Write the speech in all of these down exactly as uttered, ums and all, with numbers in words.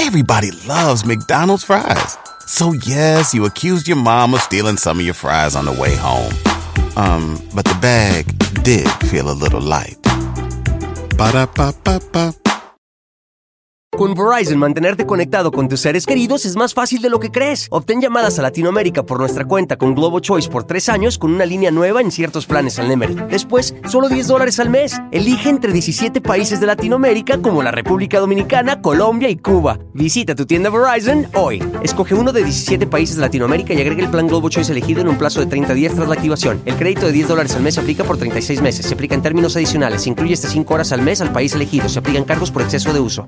Everybody loves McDonald's fries. So yes, you accused your mom of stealing some of your fries on the way home. Um, but the bag did feel a little light. Ba-da-ba-ba-ba. Con Verizon, mantenerte conectado con tus seres queridos es más fácil de lo que crees. Obtén llamadas a Latinoamérica por nuestra cuenta con Globo Choice por tres años con una línea nueva en ciertos planes al Nemery. Después, solo diez dólares al mes. Elige entre diecisiete países de Latinoamérica como la República Dominicana, Colombia y Cuba. Visita tu tienda Verizon hoy. Escoge uno de diecisiete países de Latinoamérica y agrega el plan Globo Choice elegido en un plazo de treinta días tras la activación. El crédito de diez dólares al mes se aplica por treinta y seis meses. Se aplica en términos adicionales. Se incluye hasta cinco horas al mes al país elegido. Se aplican cargos por exceso de uso.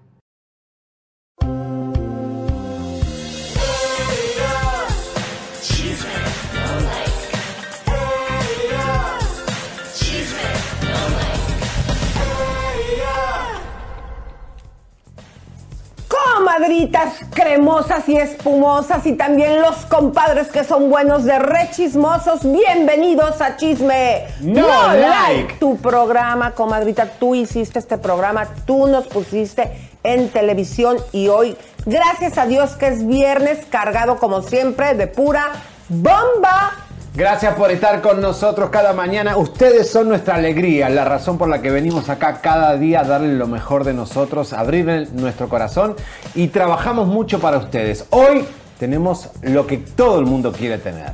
Comadritas cremosas y espumosas y también los compadres que son buenos de re chismosos, bienvenidos a Chisme No, no like. like. Tu programa, comadrita, tú hiciste este programa, tú nos pusiste en televisión y hoy, gracias a Dios que es viernes, cargado como siempre de pura bomba. Gracias por estar con nosotros cada mañana. Ustedes son nuestra alegría, la razón por la que venimos acá cada día a darle lo mejor de nosotros, abrirle nuestro corazón y trabajamos mucho para ustedes. Hoy tenemos lo que todo el mundo quiere tener.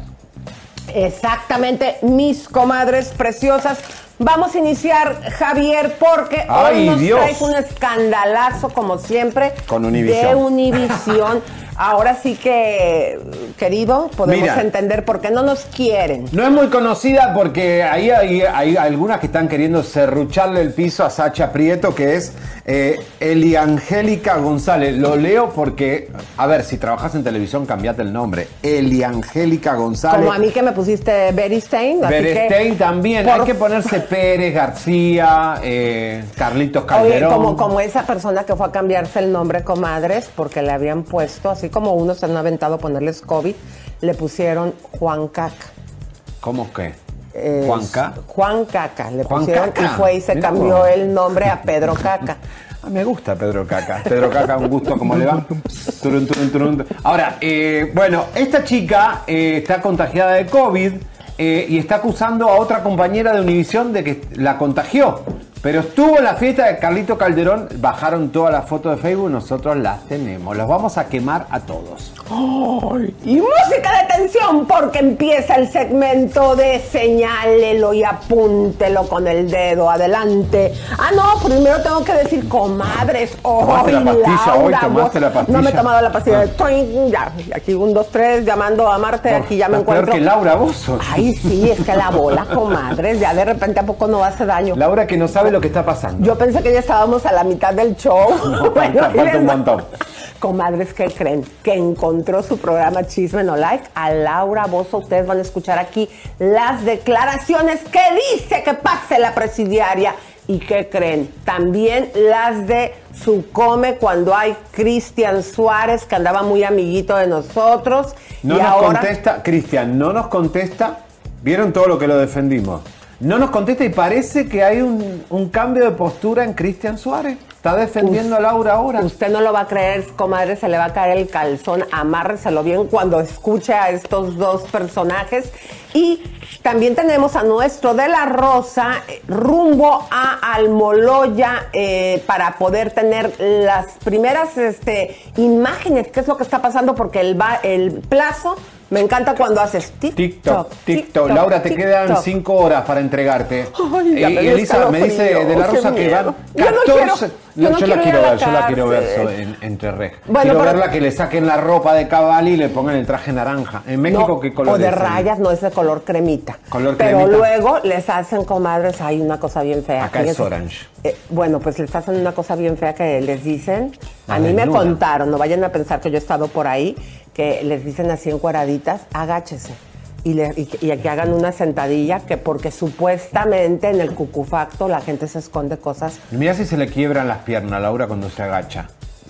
Exactamente, mis comadres preciosas. Vamos a iniciar, Javier, porque Ay, hoy nos Dios. traes un escandalazo, como siempre, Con Univisión. de Univisión. Ahora sí que, querido, podemos Mira, entender por qué no nos quieren. No es muy conocida porque ahí hay, hay algunas que están queriendo serrucharle el piso a Sacha Prieto, que es eh, Eliangélica González. Lo leo porque, a ver, si trabajas en televisión, cambiate el nombre. Eliangélica González. Como a mí que me pusiste Beristain. Beristain también. por... Hay que ponerse Pérez, García, eh, Carlitos Oye, Calderón. como, como esa persona que fue a cambiarse el nombre, comadres, porque le habían puesto, así como unos se han aventado a ponerles COVID, le pusieron Juan Caca. ¿Cómo qué? Eh, ¿Juan K? Juan Caca. Le Juan pusieron Caca. y fue y se Mira cambió vos. el nombre a Pedro Caca. Ah, me gusta Pedro Caca. Pedro Caca, un gusto, ¿cómo le va? Turun, turun, turun. Ahora, eh, bueno, esta chica eh, está contagiada de COVID eh, y está acusando a otra compañera de Univisión de que la contagió. Pero estuvo en la fiesta de Carlito Calderón, bajaron todas las fotos de Facebook, nosotros las tenemos. Los vamos a quemar a todos. ¡Ay! Y música de tensión porque empieza el segmento de señálelo y apúntelo con el dedo. Adelante. Ah, no, primero tengo que decir, comadres. ¿Tomaste la pastilla hoy? Laura, ¿Tomaste la pastilla? No me he tomado la pastilla. Ah. Toing, ya, aquí un, dos, tres, llamando a Marte, Por- aquí ya me estás peor encuentro. que Laura, vos sos. Ay, sí, es que la bola, comadres, ya de repente a poco no hace daño. Laura que no sabe lo que está pasando. Yo pensé que ya estábamos a la mitad del show. No, falta- falta un montón. Comadres, ¿qué creen? Que encontró su programa Chisme No Like a Laura Bozzo. Ustedes van a escuchar aquí las declaraciones que dice que pase la presidiaria. ¿Y qué creen? También las de su come cuando hay Cristian Suárez, que andaba muy amiguito de nosotros. No y nos ahora... contesta, Cristian, no nos contesta. ¿Vieron todo lo que lo defendimos? No nos contesta y parece que hay un, un cambio de postura en Cristian Suárez. Está defendiendo a Laura ahora. Usted no lo va a creer, comadre, se le va a caer el calzón. Amárreselo bien cuando escuche a estos dos personajes. Y también tenemos a nuestro de la Rosa eh, rumbo a Almoloya eh, para poder tener las primeras este, imágenes, qué es lo que está pasando, porque el, va, el plazo... Me encanta cuando haces TikTok, TikTok, TikTok. Laura, te TikTok. quedan cinco horas para entregarte. Ay, ya y me dio Elisa me dice escalofrío, de la qué Rosa que miedo. van Yo no catorce. quiero- yo no yo la quiero ir quiero a la ver, yo la quiero ver cárcel. so- en, entre rejas. Bueno, quiero pero- verla que le saquen la ropa de cabal y le pongan el traje naranja. En México, No, ¿qué color o de es? rayas, no es de color cremita. Color Pero cremita. luego les hacen, comadres, hay una cosa bien fea. Acá es Fíjense. orange. Eh, bueno, pues les hacen una cosa bien fea que les dicen. La A mí me desnuda. contaron, no vayan a pensar que yo he estado por ahí, que les dicen así encueraditas, agáchese. Y, le, y, que- y que hagan una sentadilla, que porque supuestamente en el cucufacto la gente se esconde cosas. Y mira si se le quiebran las piernas a Laura cuando se agacha.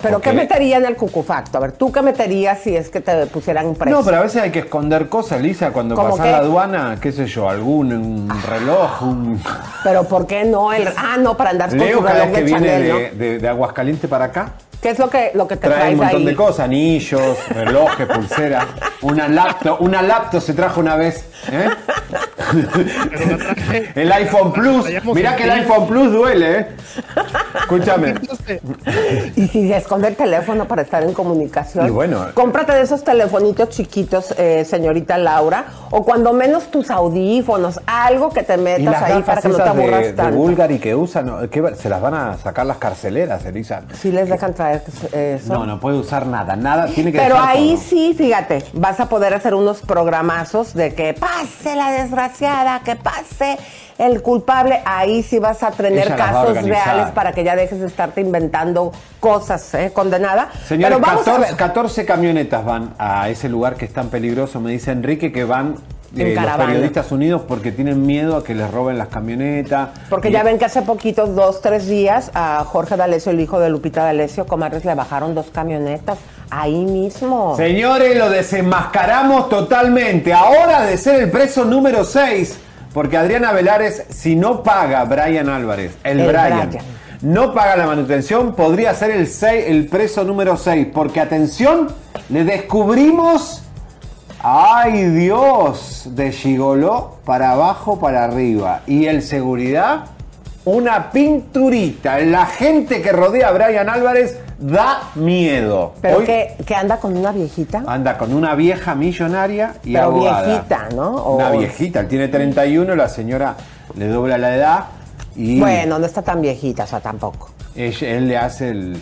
¿Pero Porque- qué metería en el cucufacto? A ver, ¿tú qué meterías si es que te pusieran preso? No, pero a veces hay que esconder cosas, Lisa, cuando ¿Cómo pasás qué? la aduana, qué sé yo, algún un reloj, un... Pero ¿por qué no? El... Ah, no, para andar con Leo tu cada reloj vez que de viene Chanel, ¿no? de, de, de Aguascaliente para acá, ¿Qué es lo que, lo que te trae traes un montón ahí? de cosas, anillos, relojes, pulseras, una laptop, una laptop se trajo una vez, ¿eh? Pero la traje- El iPhone Plus, traíamos mirá en que el fin. iPhone Plus duele, ¿eh? Escúchame. Entonces, Y si se esconde el teléfono para estar en comunicación. Y bueno. Cómprate de esos telefonitos chiquitos, eh, señorita Laura, o cuando menos tus audífonos, algo que te Y metas las ahí para gafas que no te esas aburras de, de tanto. Bulgari que usan, ¿no? ¿Qué va- se las van a sacar las carceleras, Elisa. Sí les dejan traer eso. No, no puede usar nada, nada, tiene que Pero dejar ahí todo. sí, fíjate, vas a poder hacer unos programazos de que pase la desgraciada, que pase el culpable. Ahí sí vas a tener Ella las va a casos organizar. reales para que ya dejes de estarte inventando cosas, ¿eh? Condenada. Señores, Pero vamos a catorce, ver. catorce camionetas van a ese lugar que es tan peligroso, me dice Enrique, que van En eh, los caravana. periodistas unidos porque tienen miedo a que les roben las camionetas. Porque Y- ya ven que hace poquitos, dos, tres días, a Jorge D'Alessio, el hijo de Lupita D'Alessio, comadres, le bajaron dos camionetas ahí mismo. Señores, lo desenmascaramos totalmente. Ahora de ser el preso número seis, porque Adriana Velares, si no paga Brian Álvarez, el, El Brian, Brian. no paga la manutención, podría ser el, seis, el preso número seis. Porque, atención, le descubrimos... ¡Ay, Dios! De gigoló para abajo, para arriba. Y el seguridad, una pinturita. La gente que rodea a Brian Álvarez da miedo. Pero Hoy que, que anda con una viejita. anda con una vieja millonaria y Pero abogada. viejita, ¿no? O- Una viejita. Él tiene treinta y uno, la señora le dobla la edad y Bueno, no está tan viejita, o sea, tampoco. ella- él le hace el...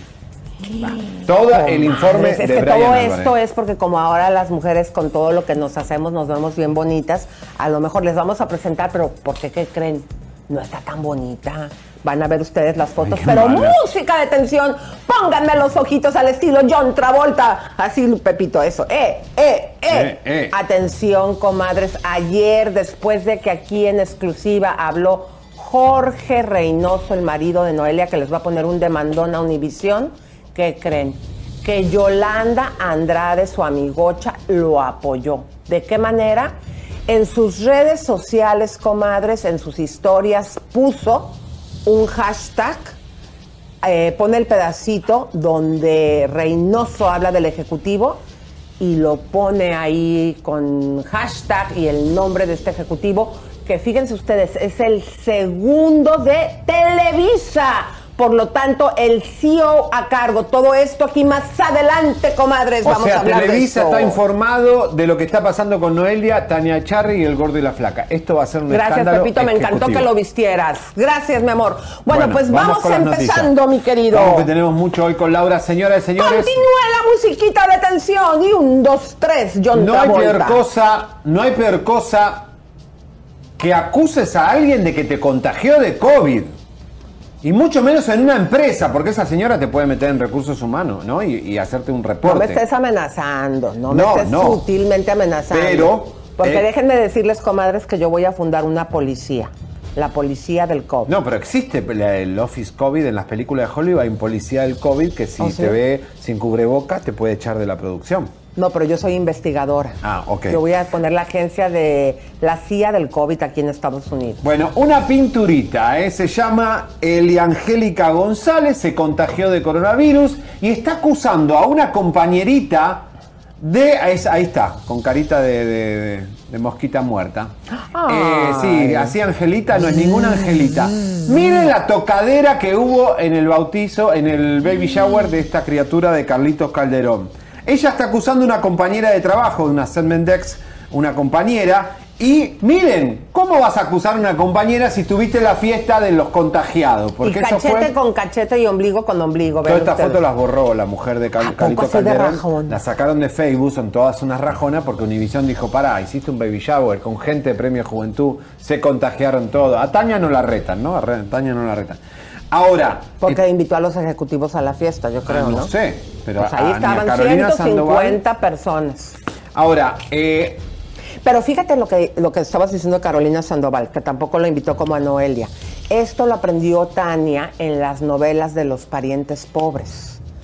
Todo el informe Es de que Brian todo Álvarez. esto es porque como ahora las mujeres con todo lo que nos hacemos nos vemos bien bonitas, a lo mejor les vamos a presentar, pero ¿por qué qué creen? No está tan bonita. Van a ver ustedes las fotos, Ay, qué pero mala. música de tensión, pónganme los ojitos al estilo John Travolta. Así, Pepito, eso. Eh, eh, eh. Eh, eh. Atención, comadres. Ayer, después de que aquí en exclusiva habló Jorge Reynoso, el marido de Noelia, que les va a poner un demandón a Univisión, ¿qué creen? Que Yolanda Andrade, su amigocha, lo apoyó. ¿De qué manera? En sus redes sociales, comadres, en sus historias, puso un hashtag, eh, pone el pedacito donde Reynoso habla del Ejecutivo y lo pone ahí con hashtag y el nombre de este Ejecutivo, que fíjense ustedes, es el segundo de Televisa. Por lo tanto, el C E O a cargo. Todo esto aquí más adelante, comadres, O vamos sea, a hablar Televisa de esto. está informado de lo que está pasando con Noelia, Tania Charri y el gordo y la flaca. Esto va a ser un Gracias, escándalo Pepito, me encantó ejecutivo. que lo vistieras. Gracias, mi amor. Bueno, pues vamos, con las empezando, noticias. mi querido. Vamos, que tenemos mucho hoy con Laura. Señoras y señores, Continúa la musiquita de tensión y un, dos, tres, John no hay Travolta. peor cosa, no hay peor cosa que acuses a alguien de que te contagió de COVID. Y mucho menos en una empresa, porque esa señora te puede meter en recursos humanos, ¿no? Y, y hacerte un reporte. No me estés amenazando, no me No, estés no. sutilmente amenazando. Pero, Porque eh, déjenme decirles, comadres, que yo voy a fundar una policía. La policía del COVID. No, pero existe la- el Office COVID en las películas de Hollywood. Hay un policía del COVID que si ¿Oh, sí? te ve sin cubrebocas te puede echar de la producción. No, pero yo soy investigadora. Ah, ok. Yo voy a poner la agencia de la C I A del COVID aquí en Estados Unidos. Bueno, una pinturita, ¿eh? Se llama Eliangélica González, se contagió de coronavirus y está acusando a una compañerita de... Ahí, ahí está, con carita de, de- de- de mosquita muerta. Eh, sí, así Angelita, no es ninguna Angelita. Miren la tocadera que hubo en el bautizo, en el baby shower de esta criatura de Carlitos Calderón. Ella está acusando a una compañera de trabajo, de una Mendex, una compañera. Y miren, ¿cómo vas a acusar a una compañera si tuviste la fiesta de los contagiados? Porque y eso cachete fue... con cachete y ombligo con ombligo. Todas vean estas ustedes. fotos las borró la mujer de ¿A Cal poco Carlito así de Calderón. rajón? La sacaron de Facebook, son todas unas rajonas porque Univision dijo, pará, hiciste un baby shower con gente de Premio Juventud, se contagiaron todo. A Tania no la retan, ¿no? A Re- Tania no la retan. Ahora... Porque invitó a los ejecutivos a la fiesta, yo creo, Ah, ¿no? no sé, pero pues a- ahí a- ni a estaban Carolina ciento cincuenta Sandoval. personas. Ahora, eh... Pero fíjate lo que, lo que estabas diciendo de Carolina Sandoval, que tampoco lo invitó como a Noelia. Esto lo aprendió Tania en las novelas de los parientes pobres.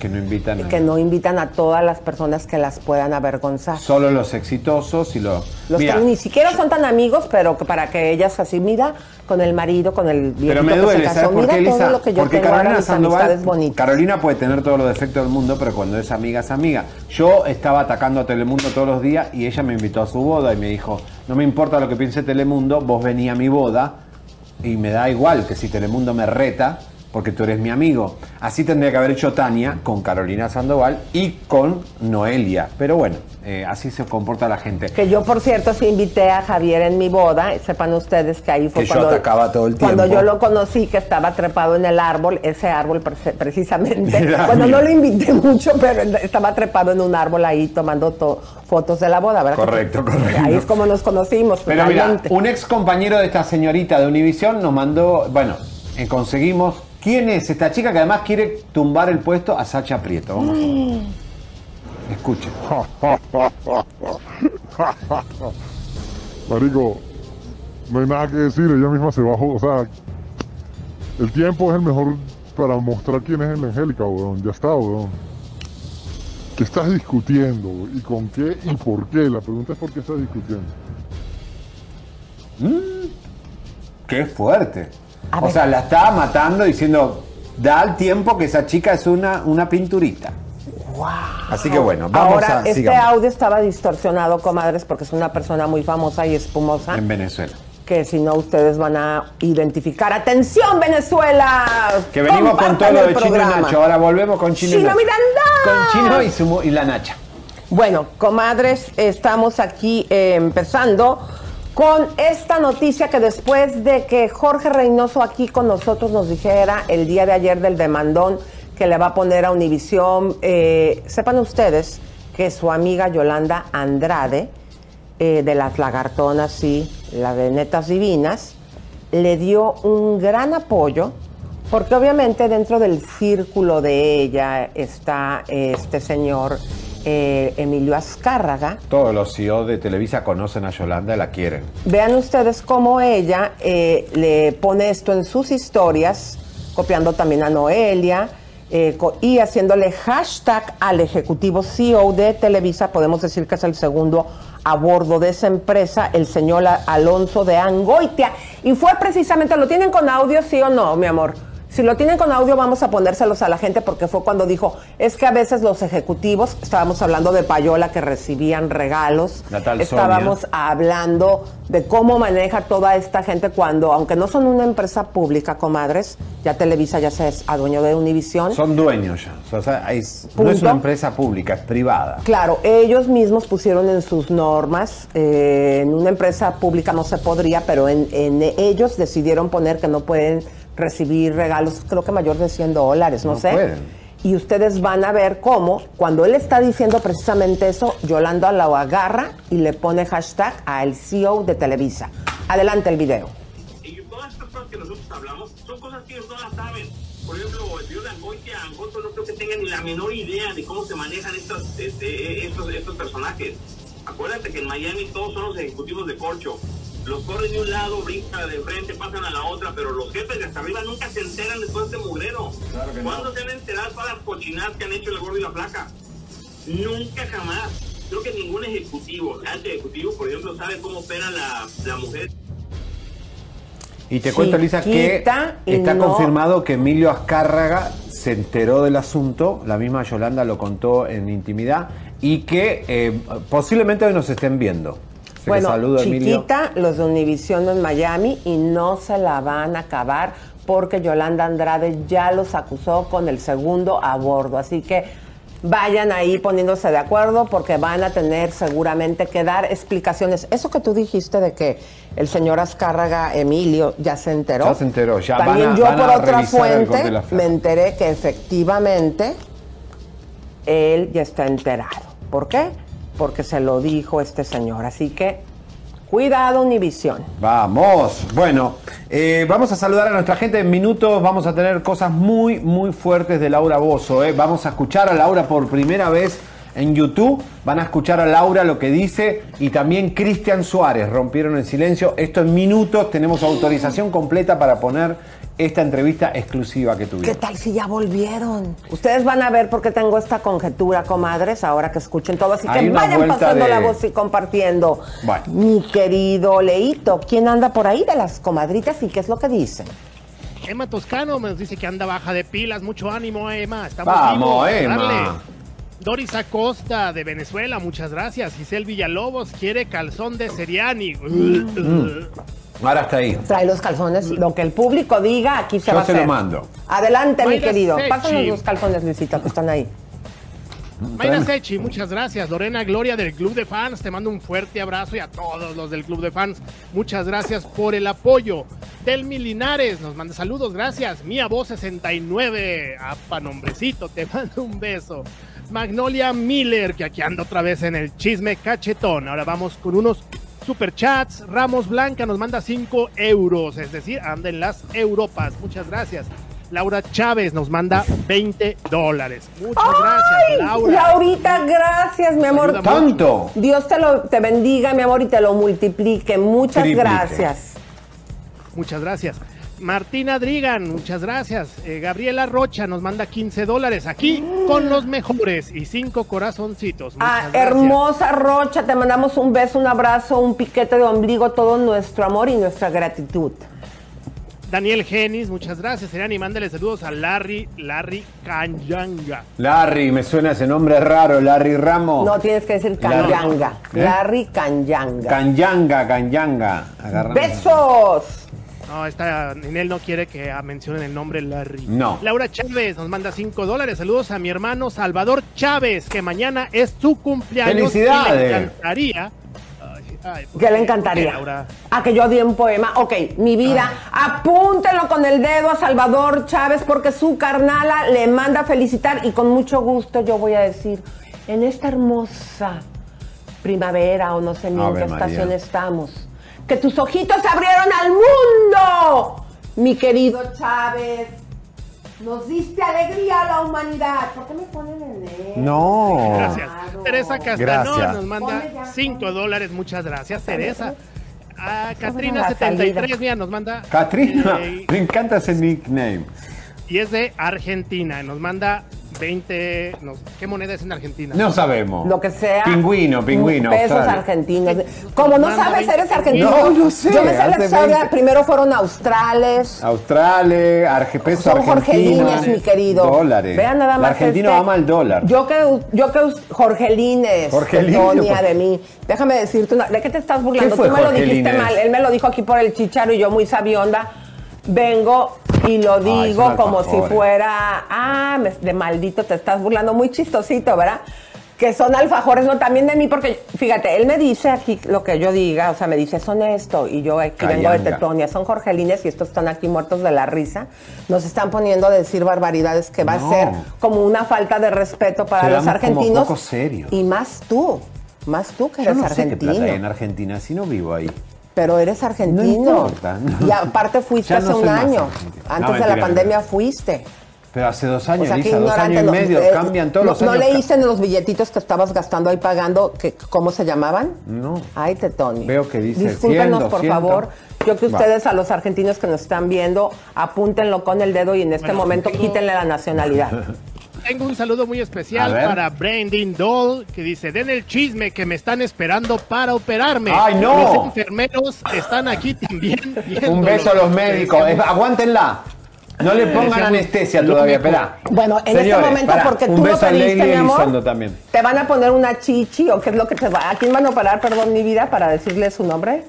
Que no invitan a... Que no invitan a todas las personas que las puedan avergonzar. Solo los exitosos y los... Los Mira, que ni siquiera son tan amigos, pero que para que ellas así, mira, con el marido, con el viejito pero me duele, que se casó, ¿sabes por qué, mira Elisa? todo lo que yo Porque tengo, ahora Carolina mis amistades Sandoval, bonitas. Carolina puede tener todos los defectos del mundo, pero cuando es amiga, es amiga. Yo estaba atacando a Telemundo todos los días y ella me invitó a su boda y me dijo, no me importa lo que piense Telemundo, vos vení a mi boda y me da igual que si Telemundo me reta, porque tú eres mi amigo. Así tendría que haber hecho Tania con Carolina Sandoval y con Noelia. Pero bueno, eh, así se comporta la gente. Que yo, por cierto, sí invité a Javier en mi boda. Sepan ustedes que ahí fue Que yo cuando, atacaba todo el cuando tiempo. yo lo conocí, que estaba trepado en el árbol, ese árbol pre- precisamente. Era Bueno, mío. no lo invité mucho, pero estaba trepado en un árbol ahí tomando to- fotos de la boda, ¿verdad? Correcto, correcto. Ahí es como nos conocimos. Pero mira, realmente. un ex compañero de esta señorita de Univisión nos mandó, bueno, eh, conseguimos. ¿Quién es esta chica que además quiere tumbar el puesto a Sacha Prieto? Vamos a ver. Escuchen. Marico, no hay nada que decir, ella misma se bajó, o sea, el tiempo es el mejor para mostrar quién es el Angélica, weón, ya está, weón. ¿Qué estás discutiendo? ¿Y con qué y por qué? La pregunta es por qué estás discutiendo. ¡Qué fuerte! A O ver. sea, la está matando diciendo, da el tiempo que esa chica es una, una pinturita. Wow. Así que bueno, vamos Ahora, a... este sigamos. audio estaba distorsionado, comadres, porque es una persona muy famosa y espumosa. En Venezuela. Que si no, ustedes van a identificar. ¡Atención, Venezuela! Que venimos con todo Compartan lo el de Chino y programa. Nacho. Ahora volvemos con Chino y ¡Chino Nacho. Miranda! Con Chino y, su mu- y la Nacha. Bueno, comadres, estamos aquí eh, empezando con esta noticia que después de que Jorge Reynoso aquí con nosotros nos dijera el día de ayer del demandón que le va a poner a Univisión, eh, sepan ustedes que su amiga Yolanda Andrade, eh, de las lagartonas, sí, la de Netas Divinas, le dio un gran apoyo, porque obviamente dentro del círculo de ella está eh, este señor eh, Emilio Azcárraga. Todos los C E O de Televisa conocen a Yolanda y la quieren. Vean ustedes cómo ella eh, le pone esto en sus historias, copiando también a Noelia eh, co- y haciéndole hashtag al ejecutivo C E O de Televisa. Podemos decir que es el segundo a bordo de esa empresa, el señor A- Alonso de Angoitia. Y fue precisamente, ¿lo tienen con audio, sí o no, mi amor? Si lo tienen con audio, vamos a ponérselos a la gente, porque fue cuando dijo, es que a veces los ejecutivos, estábamos hablando de Payola, que recibían regalos, La tal estábamos Sonia. hablando de cómo maneja toda esta gente cuando, aunque no son una empresa pública, comadres, ya Televisa ya se es adueño de Univisión. Son dueños ya. O sea, es- no Punto. es una empresa pública, es privada. Claro, ellos mismos pusieron en sus normas, eh, en una empresa pública no se podría, pero en, en ellos decidieron poner que no pueden recibir regalos, creo que mayor de cien dólares, no, No sé. pueden. Y ustedes van a ver cómo, cuando él está diciendo precisamente eso, Yolanda lo agarra y le pone hashtag al C E O de Televisa. Adelante el video. Y todas estas cosas que nosotros hablamos son cosas que ellos no las saben. Por ejemplo, el señor de Angoitia, Angoito no creo que tenga ni la menor idea de cómo se manejan estos, este, estos, estos personajes. Acuérdate que en Miami todos son los ejecutivos de corcho. Los corren de un lado, brincan de frente, pasan a la otra, pero los jefes de hasta arriba nunca se enteran de todo este mugrero. Claro que no. ¿Cuándo se han enterado todas las cochinadas que han hecho el gordo y la flaca? Nunca jamás. Creo que ningún ejecutivo, alto ejecutivo, por ejemplo, sabe cómo opera la, la mujer. Y te cuento, Elisa, que Chiquita y está no- confirmado que Emilio Azcárraga se enteró del asunto, la misma Yolanda lo contó en intimidad, y que eh, posiblemente hoy nos estén viendo. Así que Bueno, saludo a Emilio. chiquita, los de Univisión en Miami, y no se la van a acabar porque Yolanda Andrade ya los acusó con el segundo a bordo. Así que vayan ahí poniéndose de acuerdo porque van a tener seguramente que dar explicaciones. Eso que tú dijiste de que el señor Azcárraga, Emilio, ya se enteró. Ya se enteró, ya También van a- yo van por a otra revisar el Gordo y fuente la Flaca. me enteré que efectivamente él ya está enterado. ¿Por qué? Porque se lo dijo este señor. Así que, cuidado, Univisión. Vamos. Bueno, eh, vamos a saludar a nuestra gente en minutos. Vamos a tener cosas muy, muy fuertes de Laura Bozzo. ¿eh? Vamos a escuchar a Laura por primera vez en YouTube van a escuchar a Laura lo que dice y también Cristian Suárez rompieron el silencio. Esto en minutos, tenemos autorización completa para poner esta entrevista exclusiva que tuvimos. ¿Qué tal si ya volvieron? Ustedes van a ver por qué tengo esta conjetura, comadres, ahora que escuchen todo. Así Hay que una vayan vuelta pasando de- la voz y compartiendo. Bueno. Mi querido Leito, ¿quién anda por ahí de las comadritas y qué es lo que dicen? Emma Toscano nos dice que anda baja de pilas. Mucho ánimo, Emma. Estamos Vamos, vivos. Emma. Dale. Doris Acosta de Venezuela, muchas gracias. Giselle Villalobos quiere calzón de Seriani. Ahora está ahí. Trae los calzones, lo que el público diga, aquí se Yo va a se hacer. lo mando. Adelante, mi Mayra querido. Sechi. Pásanos los calzones, Luisito, que están ahí. Mayra Sechi, muchas gracias. Lorena Gloria del Club de Fans, te mando un fuerte abrazo y a todos los del Club de Fans, muchas gracias por el apoyo. Delmi Linares nos manda saludos, gracias. Mía Voz sesenta y nueve, apa nombrecito, te mando un beso. Magnolia Miller, que aquí anda otra vez en el chisme cachetón. Ahora vamos con unos superchats. Ramos Blanca nos manda cinco euros, es decir, anda en las Europas, muchas gracias. Laura Chávez nos manda veinte dólares. Muchas gracias, Laura. Laurita, gracias, mi amor. Ayuda ¿Tanto? Dios te lo te bendiga, mi amor, y te lo multiplique. Muchas Triplique. gracias. Muchas gracias. Martina Drigan, muchas gracias. Eh, Gabriela Rocha nos manda quince dólares aquí con los mejores y cinco corazoncitos. Muchas Ah, gracias. hermosa Rocha, te mandamos un beso, un abrazo, un piquete de ombligo, todo nuestro amor y nuestra gratitud. Daniel Genis, muchas gracias. Serán y mándale saludos a Larry, Larry Canyanga. Larry, me suena ese nombre raro, Larry Ramos. No tienes que decir Canyanga. ¿Eh? Larry Canyanga. Canyanga, Canyanga. Agarramos. ¡Besos! No, esta Ninel no quiere que ah, mencionen el nombre Larry. No. Laura Chávez nos manda cinco dólares. Saludos a mi hermano Salvador Chávez, que mañana es su cumpleaños. ¡Felicidades! Y le encantaría. Ay, ay, ¿por ¿Qué le qué? encantaría? ¿Por qué, Laura? A que yo di un poema. Ok, mi vida, apúntelo con el dedo a Salvador Chávez porque su carnala le manda a felicitar y con mucho gusto yo voy a decir, en esta hermosa primavera o no sé ni en Ave qué María. estación estamos, que tus ojitos se abrieron al mundo, mi querido Chávez. Nos diste alegría a la humanidad. ¿Por qué me ponen en él? No. Gracias. Claro. Teresa Castanón Gracias. nos manda Ponle ya, cinco ponle. dólares. Muchas gracias, Ponle, Teresa. A la Catrina setenta y tres, salida. mira, nos manda. Catrina, eh, me encanta ese nickname. y es de Argentina. Nos manda veinte. nos- ¿Qué moneda es en Argentina? No sabemos. Lo que sea. Pingüino, pingüino. Pesos Australia. argentinos. Como no Manda sabes, veinte. eres argentino. No, no sé, Yo me sé la hace historia. veinte. Primero fueron australes. Australia, Arge, peso Son argentino. jorgelines, mi querido. Dólares. Vean nada El más. argentino este- ama el dólar. Yo que, yo que us- jorgelines. Jorgelino, Tonia, por- de mí. Déjame decirte una. ¿De qué te estás burlando? ¿Qué fue Tú me lo dijiste jorgelines? mal. Él me lo dijo aquí por el chicharo y yo muy sabionda. Vengo y lo digo son como si alfajores. fuera. Ah, me- de maldito te estás burlando. Muy chistosito, ¿verdad? Que son alfajores, no, también de mí, porque fíjate, él me dice aquí lo que yo diga, o sea, me dice, son esto, y yo aquí vengo de Cayanga. Tetonia, son jorgelines y estos están aquí muertos de la risa. Nos están poniendo a decir barbaridades que va No. a ser como una falta de respeto para Quedamos los como argentinos. poco serios. Y más tú, más tú que Yo eres no sé qué argentino. plata hay en Argentina, si no vivo ahí. Pero eres argentino. No importa, no. Y aparte fuiste Ya hace no un soy más año. argentino. Antes No, de la mentira, pandemia mentira. fuiste. Pero hace dos años, O sea, qué Lisa, dos ignorante. años y no, medio, eh, cambian todos no, los años. ¿No leíste en los billetitos que estabas gastando ahí pagando que, cómo se llamaban? No. Ay, Tetoni. Veo que dice Discúlpenos, cien, por doscientos. favor. Yo que Va. ustedes, a los argentinos que nos están viendo, apúntenlo con el dedo y en este Bueno, momento tengo- quítenle la nacionalidad. Tengo un saludo muy especial A ver. para Brandon Doll, que dice, den el chisme que me están esperando para operarme. ¡Ay, no! Los enfermeros están aquí también. Un beso a los médicos. Eh, aguántenla. No le pongan Decíamos, anestesia lo todavía, mejor. espera. Bueno, en Señores, este momento, pará, porque un tú lo beso a pediste, Lady mi amor, Elizondo también. te van a poner una chichi o qué es lo que te va. ¿A quién van a operar, perdón, mi vida, para decirle su nombre?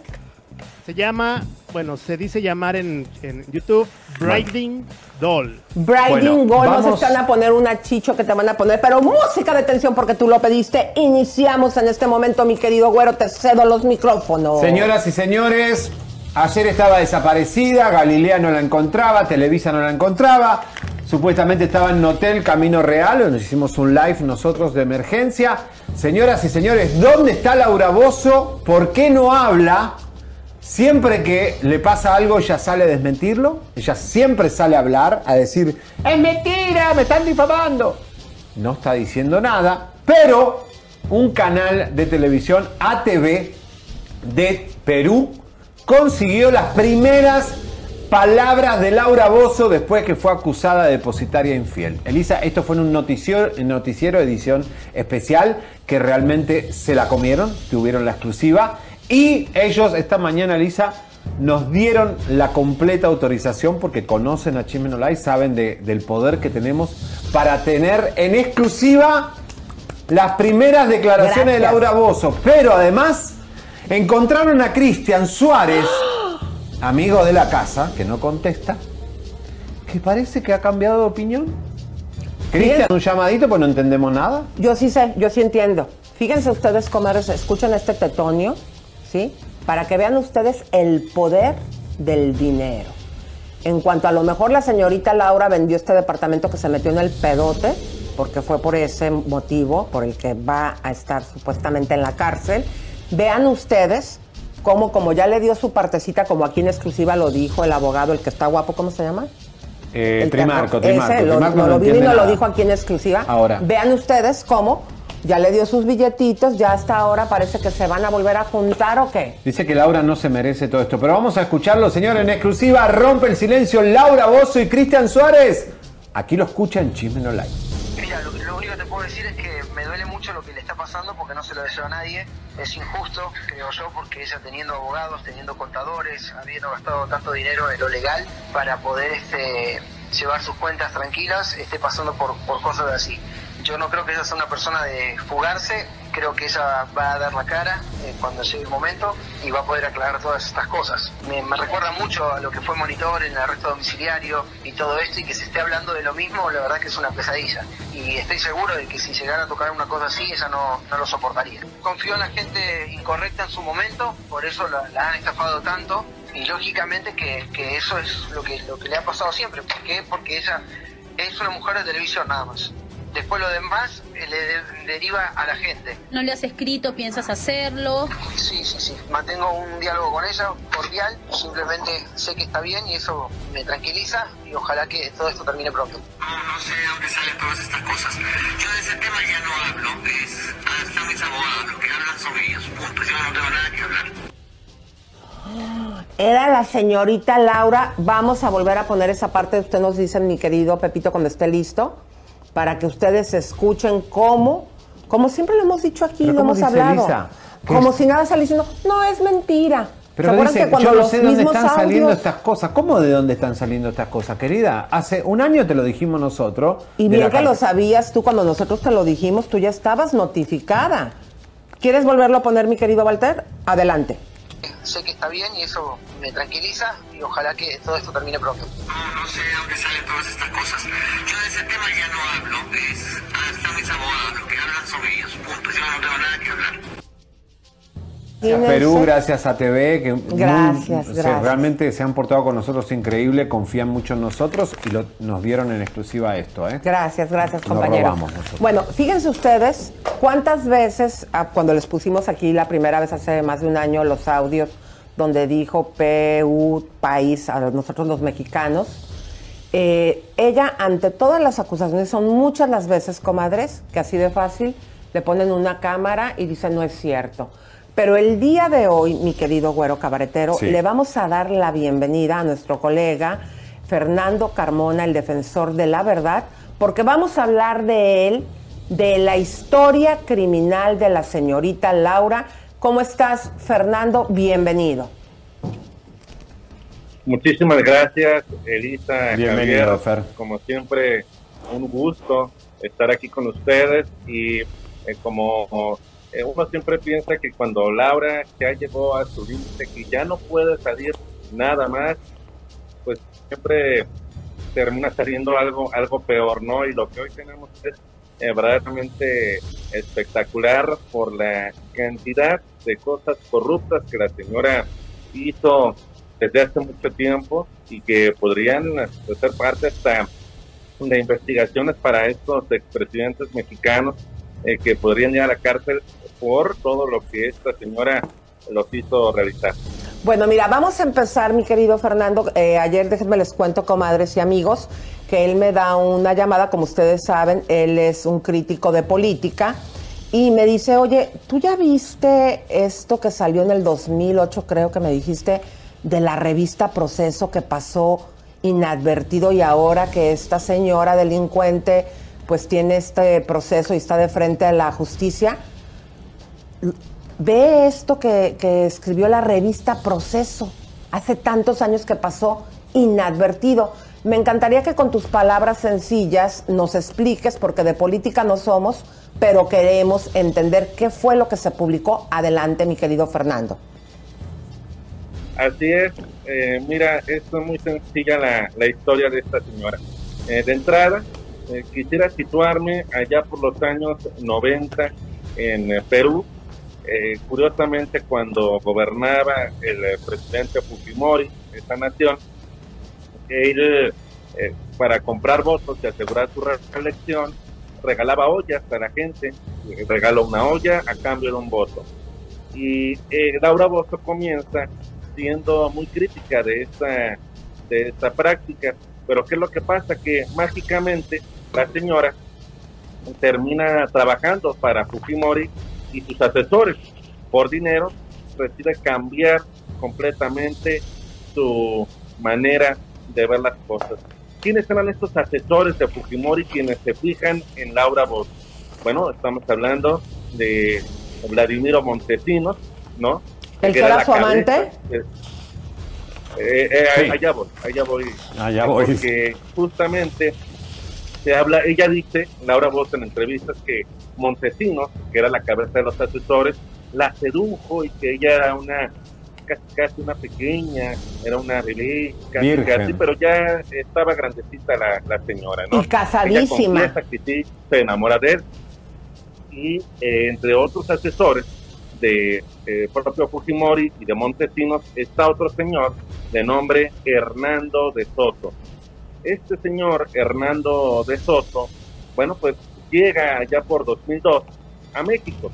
Se llama, bueno, se dice llamar en, en YouTube Brandon Doll. Briding Bueno, Gold, vamos- nos están a poner una chicho que te van a poner, pero música de tensión porque tú lo pediste. Iniciamos en este momento, mi querido güero, te cedo los micrófonos. Señoras y señores, ayer estaba desaparecida, Galilea no la encontraba, Televisa no la encontraba, supuestamente estaba en un hotel Camino Real, donde hicimos un live nosotros de emergencia. Señoras y señores, ¿dónde está Laura Bozzo? ¿Por qué no habla? Siempre que le pasa algo, ella sale a desmentirlo, ella siempre sale a hablar, a decir, es mentira, me están difamando. no está diciendo nada, pero un canal de televisión A T V de Perú consiguió las primeras palabras de Laura Bozzo después que fue acusada de depositaria infiel. Elisa, esto fue en un noticiero, noticiero edición especial que realmente se la comieron, tuvieron la exclusiva y ellos esta mañana, Elisa, nos dieron la completa autorización porque conocen a Chisme No Like, saben de, del poder que tenemos para tener en exclusiva las primeras declaraciones Gracias. de Laura Bozzo. Pero además encontraron a Cristian Suárez, amigo de la casa, que no contesta, que parece que ha cambiado de opinión. Cristian, un llamadito, pues no entendemos nada. Yo sí sé, yo sí entiendo. Fíjense ustedes, comadres, escuchen este tetonio, ¿sí? Para que vean ustedes el poder del dinero. En cuanto a lo mejor la señorita Laura vendió este departamento que se metió en el pedote, porque fue por ese motivo, por el que va a estar supuestamente en la cárcel. Vean ustedes cómo, como ya le dio su partecita, como aquí en exclusiva lo dijo el abogado, el que está guapo, ¿cómo se llama? Eh, el Trimarco, Trimarco. Ese, lo, Trimarco no, no lo vino y no nada. lo dijo aquí en exclusiva. Ahora. Vean ustedes cómo ya le dio sus billetitos, ya hasta ahora parece que se van a volver a juntar, ¿o qué? Dice que Laura no se merece todo esto, pero vamos a escucharlo, señores, en exclusiva. Rompe el silencio Laura Bozzo y Cristian Suárez. Aquí lo escucha en Chisme No Like. Mira, lo, lo único que te puedo decir es que me duele mucho lo que le está pasando porque no se lo deseo a nadie. Es injusto, creo yo, porque ella teniendo abogados, teniendo contadores, habiendo gastado tanto dinero en lo legal para poder este, llevar sus cuentas tranquilas, esté pasando por, por cosas así. Yo no creo que ella sea una persona de fugarse, creo que ella va a dar la cara eh, cuando llegue el momento y va a poder aclarar todas estas cosas. Me, me recuerda mucho a lo que fue Monitor en el arresto domiciliario y todo esto, y que se esté hablando de lo mismo, la verdad que es una pesadilla. Y estoy seguro de que si llegara a tocar una cosa así, ella no, no lo soportaría. Confío en la gente incorrecta en su momento, por eso la, la han estafado tanto, y lógicamente que, que eso es lo que, lo que le ha pasado siempre. ¿Por qué? Porque ella es una mujer de televisión nada más. Después lo demás eh, le de- deriva a la gente. ¿No le has escrito? ¿Piensas hacerlo? Sí, sí, sí. Mantengo un diálogo con ella, cordial. Simplemente sé que está bien y eso me tranquiliza y ojalá que todo esto termine pronto. No, no sé de dónde salen todas estas cosas. Yo de ese tema ya no hablo. Es, ah, están mis abogados, los que hablan son ellos. Punto. Yo no tengo nada que hablar. Era la señorita Laura. Vamos a volver a poner esa parte. Usted nos dice, mi querido Pepito, cuando esté listo, para que ustedes escuchen cómo, como siempre lo hemos dicho aquí, ¿Pero lo cómo hemos dice hablado, Elisa? como Pues- si nada saliera diciendo, no, es mentira. Pero ¿Se acuerdan dice, que cuando yo no los sé dónde mismos están saliendo audios- estas cosas. ¿Cómo de dónde están saliendo estas cosas, querida? Hace un año te lo dijimos nosotros. Y de bien la que lo cárcel. sabías tú, cuando nosotros te lo dijimos, tú ya estabas notificada. ¿Quieres volverlo a poner, mi querido Walter? Adelante. Sé que está bien y eso me tranquiliza y ojalá que todo esto termine pronto. No, no sé de dónde salen todas estas cosas. Yo de ese tema ya no hablo. Es, ah, están mis abogados, los que hablan son ellos. Punto. Yo no tengo nada que hablar. Gracias Perú, gracias a T V, que Gracias, muy- gracias. Se, realmente se han portado con nosotros increíble, confían mucho en nosotros y lo- nos dieron en exclusiva esto, ¿eh? Gracias, gracias, Nos compañero. robamos nosotros. Bueno, fíjense ustedes cuántas veces, ah, cuando les pusimos aquí la primera vez hace más de un año los audios donde dijo P U, país, a nosotros los mexicanos, eh, ella, ante todas las acusaciones, son muchas las veces, comadres, que así de fácil le ponen una cámara y dicen no es cierto. Pero el día de hoy, mi querido güero cabaretero, Sí. le vamos a dar la bienvenida a nuestro colega Fernando Carmona, el defensor de la verdad, porque vamos a hablar de él, de la historia criminal de la señorita Laura. ¿Cómo estás, Fernando? Bienvenido. Muchísimas gracias, Elisa. Bienvenido, Javier. Fer. Como siempre, un gusto estar aquí con ustedes y eh, como eh, uno siempre piensa que cuando Laura ya llegó a su límite, que ya no puede salir nada más, pues siempre termina saliendo algo algo peor, ¿no? Y lo que hoy tenemos es eh, verdaderamente espectacular por la cantidad de cosas corruptas que la señora hizo desde hace mucho tiempo y que podrían pues, ser parte hasta de investigaciones para estos expresidentes mexicanos eh, que podrían ir a la cárcel por todo lo que esta señora los hizo realizar. Bueno, mira, vamos a empezar, mi querido Fernando. Eh, ayer, déjenme les cuento, comadres y amigos, que él me da una llamada, como ustedes saben, él es un crítico de política, y me dice, oye, ¿tú ya viste esto que salió en el dos mil ocho, creo que me dijiste, de la revista Proceso, que pasó inadvertido y ahora que esta señora delincuente pues tiene este proceso y está de frente a la justicia? Ve esto que, que escribió la revista Proceso, hace tantos años que pasó inadvertido. Me encantaría que con tus palabras sencillas nos expliques, porque de política no somos, pero queremos entender qué fue lo que se publicó. Adelante, mi querido Fernando. Así es, eh, mira, es muy sencilla la, la historia de esta señora. Eh, de entrada, eh, quisiera situarme allá por los años noventa en eh, Perú. Eh, curiosamente, cuando gobernaba el eh, presidente Fujimori, esta nación, él, eh, para comprar votos y asegurar su reelección, regalaba ollas a la gente, regaló una olla a cambio de un voto. Y eh, Laura Bozzo comienza siendo muy crítica de esta, de esta práctica, pero ¿qué es lo que pasa? Que mágicamente la señora termina trabajando para Fujimori y sus asesores. Por dinero decide cambiar completamente su manera de ver las cosas. ¿Quiénes eran estos asesores de Fujimori quienes se fijan en Laura Bozzo? Bueno, estamos hablando de Vladimiro Montesinos, ¿no? ¿El que era su amante? Eh, eh, eh, sí. Allá voy, allá voy. Allá voy. Porque justamente se habla, ella dice, Laura Bozzo en entrevistas, que Montesinos, que era la cabeza de los asesores, la sedujo y que ella era una, casi, casi una pequeña, era una bebé, casi, casi, pero ya estaba grandecita la, la señora, ¿no? Y casadísima. Ella confiesa que sí, se enamora de él. Y eh, entre otros asesores de eh, propio Fujimori y de Montesinos está otro señor de nombre Hernando de Soto. Este señor Hernando de Soto, bueno, pues llega allá por dos mil dos a México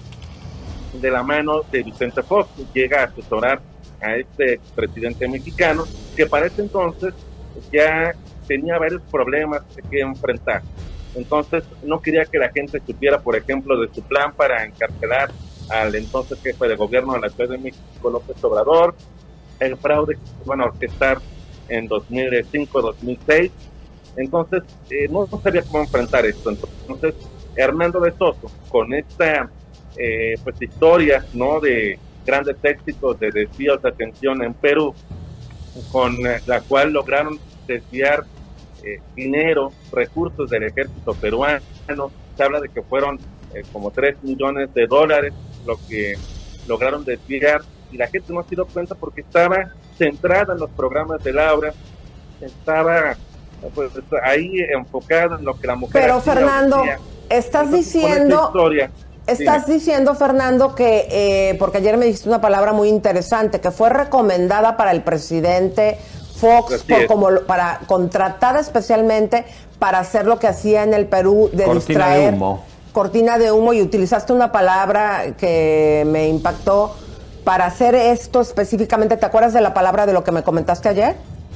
de la mano de Vicente Fox, llega a asesorar a este presidente mexicano que para ese entonces ya tenía varios problemas que enfrentar. Entonces no quería que la gente supiera, por ejemplo, de su plan para encarcelar al entonces jefe de gobierno de la Ciudad de México, López Obrador, el fraude que iban a orquestar en dos mil cinco, dos mil seis. Entonces eh, no, no sabía cómo enfrentar esto. Entonces Hernando de Soto, con esta eh, pues historia, ¿no?, de grandes éxitos de desvíos de atención en Perú, con eh, la cual lograron desviar eh, dinero, recursos del ejército peruano. Se habla de que fueron eh, como tres millones de dólares lo que lograron desviar, y la gente no se dio cuenta porque estaba centrada en los programas de Laura, estaba pues ahí enfocada en lo que la mujer Pero hacía, Fernando, hacía. estás Entonces, diciendo historia, estás dime. diciendo Fernando que eh, porque ayer me dijiste una palabra muy interesante, que fue recomendada para el presidente Fox por, como para contratada especialmente para hacer lo que hacía en el Perú de cortina distraer de humo. cortina de humo, y utilizaste una palabra que me impactó para hacer esto específicamente. ¿Te acuerdas de la palabra de lo que me comentaste ayer?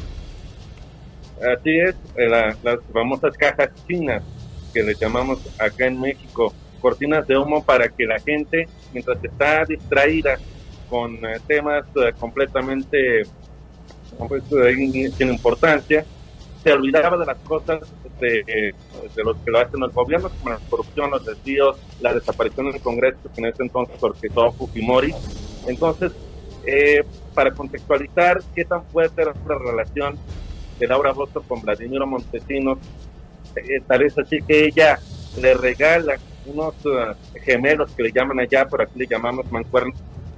Así es, la, las famosas cajas chinas que le llamamos acá en México, cortinas de humo, para que la gente, mientras está distraída con eh, temas eh, completamente pues, eh, sin importancia, se olvidaba de las cosas de, eh, de los que lo hacen los gobiernos, como la corrupción, los desvíos, la desaparición del Congreso, que en ese entonces orquestó Fujimori. Entonces, eh, para contextualizar qué tan fuerte era la relación de Laura Bozzo con Vladimiro Montesinos, eh, tal es así que ella le regala unos uh, gemelos que le llaman allá, pero aquí le llamamos mancuernas,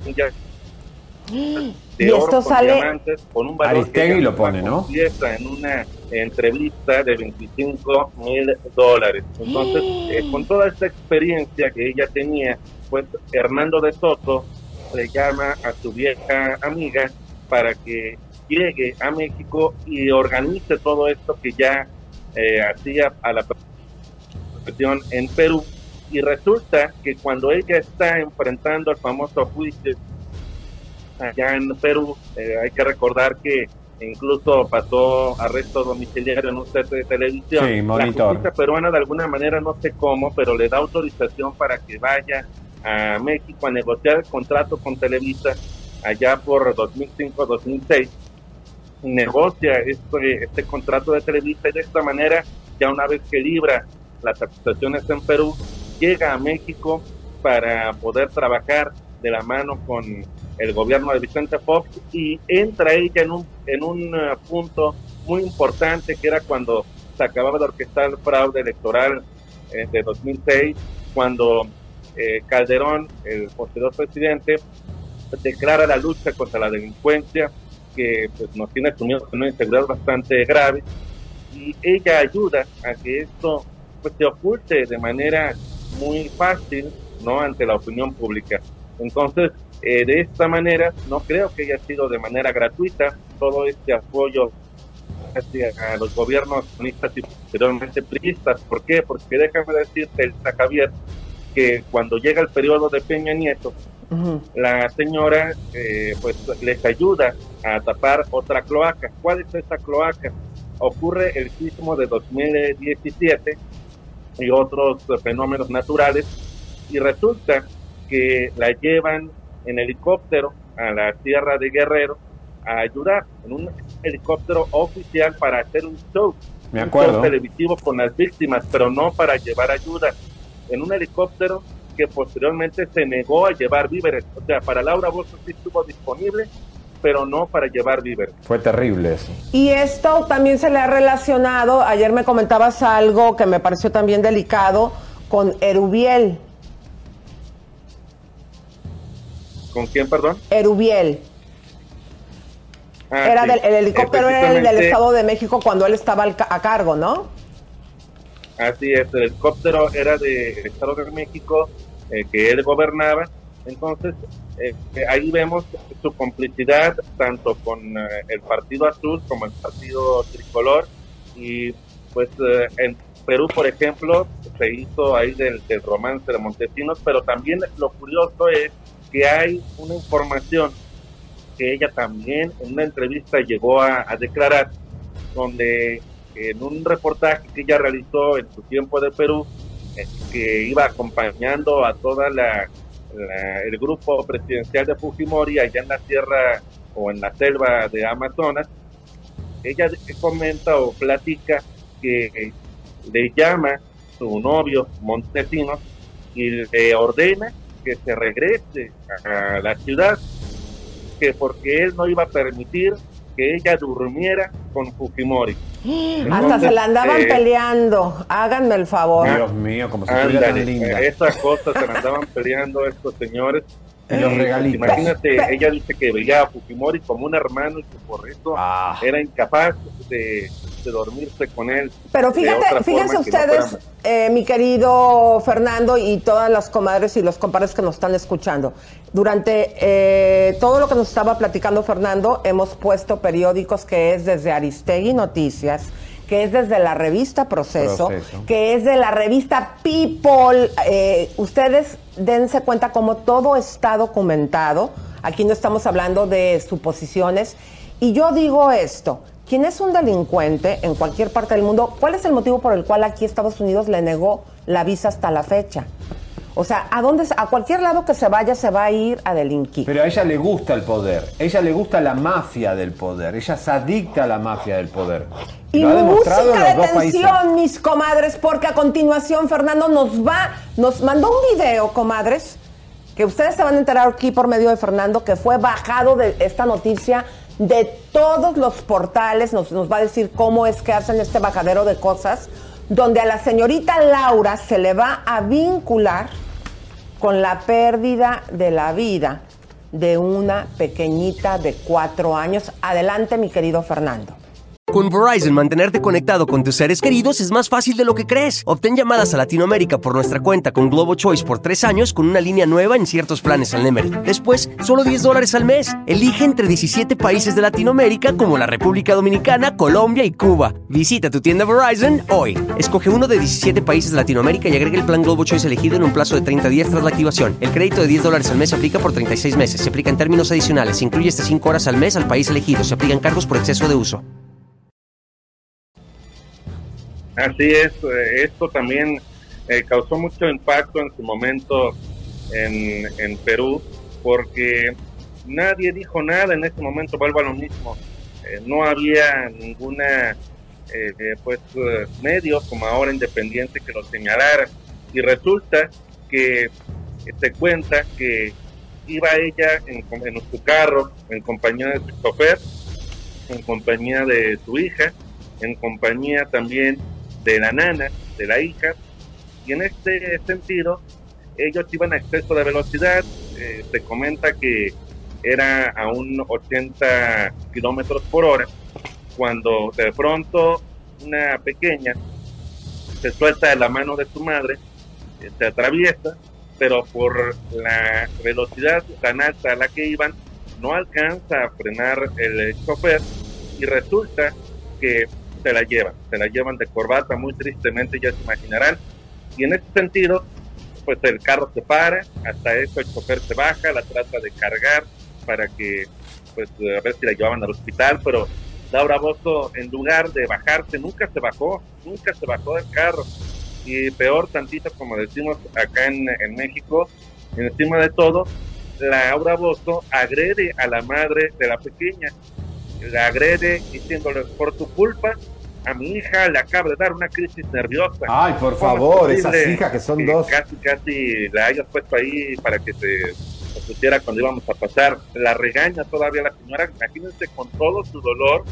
de y oro esto con sale diamantes, con un valor Aristegui que lo pone, ¿no? confiesa en una entrevista de veinticinco mil dólares. Entonces, eh, con toda esta experiencia que ella tenía, pues Hernando de Soto le llama a su vieja amiga para que llegue a México y organice todo esto que ya eh, hacía a la presión en Perú. Y resulta que cuando ella está enfrentando el famoso juicio allá en Perú, eh, hay que recordar que incluso pasó arresto domiciliario en un set de televisión. Sí, Monitor. La justicia peruana de alguna manera, no sé cómo, pero le da autorización para que vaya a México a negociar el contrato con Televisa allá por dos mil cinco dos mil seis. Negocia este, este contrato de Televisa y de esta manera, ya una vez que libra las acusaciones en Perú, llega a México para poder trabajar de la mano con el gobierno de Vicente Fox, y entra ella en un en un uh, punto muy importante, que era cuando se acababa de orquestar el fraude electoral eh, de dos mil seis, cuando eh, Calderón, el posterior presidente, declara la lucha contra la delincuencia, que pues, nos tiene sumidos en una inseguridad bastante grave, y ella ayuda a que esto pues se oculte de manera muy fácil, ¿no?, ante la opinión pública. Entonces, eh, de esta manera, no creo que haya sido de manera gratuita todo este apoyo hacia a los gobiernos comunistas y posteriormente priistas. ¿Por qué? Porque déjame decirte, Elsa Javier, que cuando llega el periodo de Peña Nieto, uh-huh. la señora eh, pues les ayuda a tapar otra cloaca. ¿Cuál es esta cloaca? Ocurre el sismo de dos mil diecisiete y otros fenómenos naturales, y resulta que la llevan en helicóptero a la Sierra de Guerrero a ayudar en un helicóptero oficial para hacer un show, Me acuerdo. un show televisivo con las víctimas, pero no para llevar ayuda, en un helicóptero que posteriormente se negó a llevar víveres. O sea, para Laura Bozzo sí estuvo disponible, pero no para llevar víveres. Fue terrible eso. Y esto también se le ha relacionado, ayer me comentabas algo que me pareció también delicado, con Erubiel. ¿Con quién, perdón? Erubiel. Ah, era sí. del, el helicóptero era el del Precisamente- Estado de México cuando él estaba al ca- a cargo, ¿no? Así es, el helicóptero era del Estado de México, eh, que él gobernaba. Entonces, eh, eh, ahí vemos su complicidad tanto con eh, el Partido Azul como el Partido Tricolor. Y pues eh, en Perú, por ejemplo, se hizo ahí del, del romance de Montesinos, pero también lo curioso es que hay una información que ella también en una entrevista llegó a, a declarar, donde en un reportaje que ella realizó en su tiempo de Perú, eh, que iba acompañando a toda la, la- el grupo presidencial de Fujimori allá en la sierra o en la selva de Amazonas, ella comenta o platica que eh, le llama su novio Montesinos y le ordena que se regrese a la ciudad, que porque él no iba a permitir que ella durmiera con Fujimori. Hasta Entonces, se la andaban eh, peleando. Háganme el favor. Dios mío, como si estuviera tan Ándale, linda. esas cosas se la andaban peleando estos señores. Y los Y, regalitos. Imagínate, ella dice que veía a Fujimori como un hermano y que por eso Ah. era incapaz de, de dormirse con él. Pero de fíjate, otra fíjense forma que no ustedes, fuera- eh, mi querido Fernando y todas las comadres y los compadres que nos están escuchando. Durante eh, todo lo que nos estaba platicando Fernando, hemos puesto periódicos que es desde Aristegui Noticias, que es desde la revista Proceso, Proceso. que es de la revista People. Eh, ustedes dense cuenta cómo todo está documentado. Aquí no estamos hablando de suposiciones. Y yo digo esto, quien es un delincuente en cualquier parte del mundo, ¿cuál es el motivo por el cual aquí Estados Unidos le negó la visa hasta la fecha? O sea, ¿a dónde, a cualquier lado que se vaya se va a ir a delinquir? Pero a ella le gusta el poder, a ella le gusta la mafia del poder, ella se adicta a la mafia del poder. Y Lo ha demostrado en música los de dos países. tensión, mis comadres, porque a continuación Fernando nos va, nos mandó un video, comadres, que ustedes se van a enterar aquí por medio de Fernando, que fue bajado de esta noticia de todos los portales, nos, nos va a decir cómo es que hacen este bajadero de cosas, donde a la señorita Laura se le va a vincular con la pérdida de la vida de una pequeñita de cuatro años. Adelante, mi querido Fernando. Con Verizon, mantenerte conectado con tus seres queridos es más fácil de lo que crees. Obtén llamadas a Latinoamérica por nuestra cuenta con Globo Choice por tres años con una línea nueva en ciertos planes al Nemery. Después, solo diez dólares al mes. Elige entre diecisiete países de Latinoamérica como la República Dominicana, Colombia y Cuba. Visita tu tienda Verizon hoy. Escoge uno de diecisiete países de Latinoamérica y agrega el plan Globo Choice elegido en un plazo de treinta días tras la activación. El crédito de diez dólares al mes se aplica por treinta y seis meses. Se aplica en términos adicionales. Se incluye hasta cinco horas al mes al país elegido. Se aplican cargos por exceso de uso. Así es, eh, esto también eh, causó mucho impacto en su momento en, en Perú, porque nadie dijo nada en ese momento. Vuelvo a lo mismo, eh, no había ninguna eh, eh, pues eh, medio como ahora independiente que lo señalara, y resulta que eh, se cuenta que iba ella en, en su carro en compañía de su chofer, en compañía de su hija, en compañía también de la nana, de la hija, y en este sentido ellos iban a exceso de velocidad. Eh, se comenta que era a un ochenta kilómetros por hora, cuando de pronto una pequeña se suelta de la mano de su madre, eh, se atraviesa, pero por la velocidad tan alta a la que iban, no alcanza a frenar el chofer, y resulta que se la llevan, se la llevan de corbata, muy tristemente, ya se imaginarán. Y en ese sentido, pues el carro se para, hasta eso el chofer se baja, la trata de cargar para que, pues a ver si la llevaban al hospital, pero Laura Bozzo, en lugar de bajarse, nunca se bajó, nunca se bajó del carro. Y peor tantito, como decimos acá en, en México, encima de todo, Laura Bozzo agrede a la madre de la pequeña, la agrede diciéndole: por tu culpa a mi hija le acaba de dar una crisis nerviosa. Ay, por favor, esas hijas que son que dos. Casi, casi la hayas puesto ahí para que se pusiera cuando íbamos a pasar. La regaña todavía la señora, imagínense, con todo su dolor,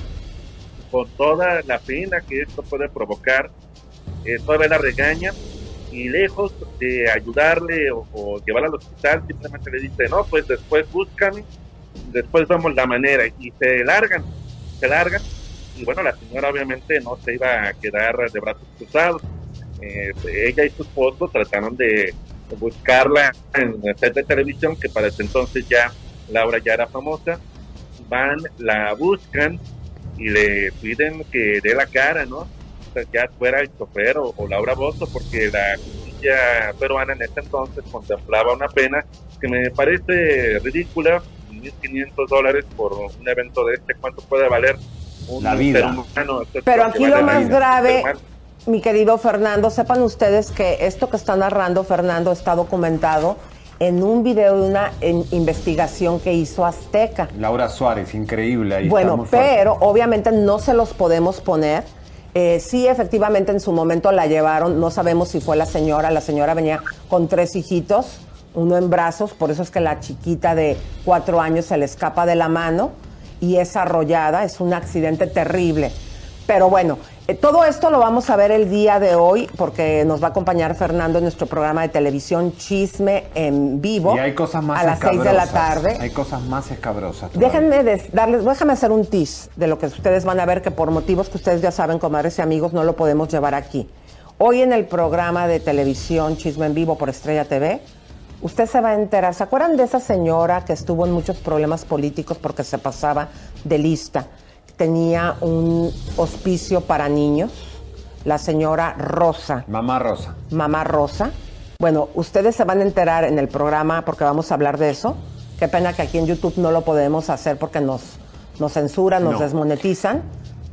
con toda la pena que esto puede provocar, eh, todavía la regaña, y lejos de ayudarle o, o llevarla al hospital, simplemente le dice: no, pues después búscame, después vemos la manera, y se largan, se largan. Y bueno, la señora obviamente no se iba a quedar de brazos cruzados. Eh, ella y su esposo trataron de buscarla en el set de televisión, que para ese entonces ya Laura ya era famosa. Van, la buscan y le piden que dé la cara, ¿no? O sea, ya fuera el chofer o, o Laura Bozzo, porque la justicia peruana en ese entonces contemplaba una pena que me parece ridícula, mil quinientos dólares por un evento de este. ¿Cuánto puede valer un la vida? Ser humano? Esto es Pero lo que aquí vale lo la más vida. grave, Pero, mi querido Fernando, sepan ustedes que esto que está narrando Fernando está documentado en un video de una en investigación que hizo Azteca. Laura Suárez, increíble. Ahí Bueno, está, muy fuerte. pero obviamente no se los podemos poner. Eh, sí, efectivamente, en su momento la llevaron. No sabemos si fue la señora. La señora venía con tres hijitos, uno en brazos. Por eso es que la chiquita de cuatro años se le escapa de la mano y es arrollada. Es un accidente terrible. Pero bueno, eh, todo esto lo vamos a ver el día de hoy porque nos va a acompañar Fernando en nuestro programa de televisión Chisme en Vivo. Y hay cosas más a las seis de la tarde. Hay cosas más escabrosas todavía. Déjenme de- darles, déjame hacer un tease de lo que ustedes van a ver, que por motivos que ustedes ya saben, comadres y amigos, no lo podemos llevar aquí. Hoy en el programa de televisión Chisme en Vivo por Estrella T V, usted se va a enterar. ¿Se acuerdan de esa señora que estuvo en muchos problemas políticos porque se pasaba de lista? Tenía un hospicio para niños, la señora Rosa. Mamá Rosa. Mamá Rosa. Bueno, ustedes se van a enterar en el programa porque vamos a hablar de eso. Qué pena que aquí en YouTube no lo podemos hacer porque nos, nos censuran, nos No. desmonetizan.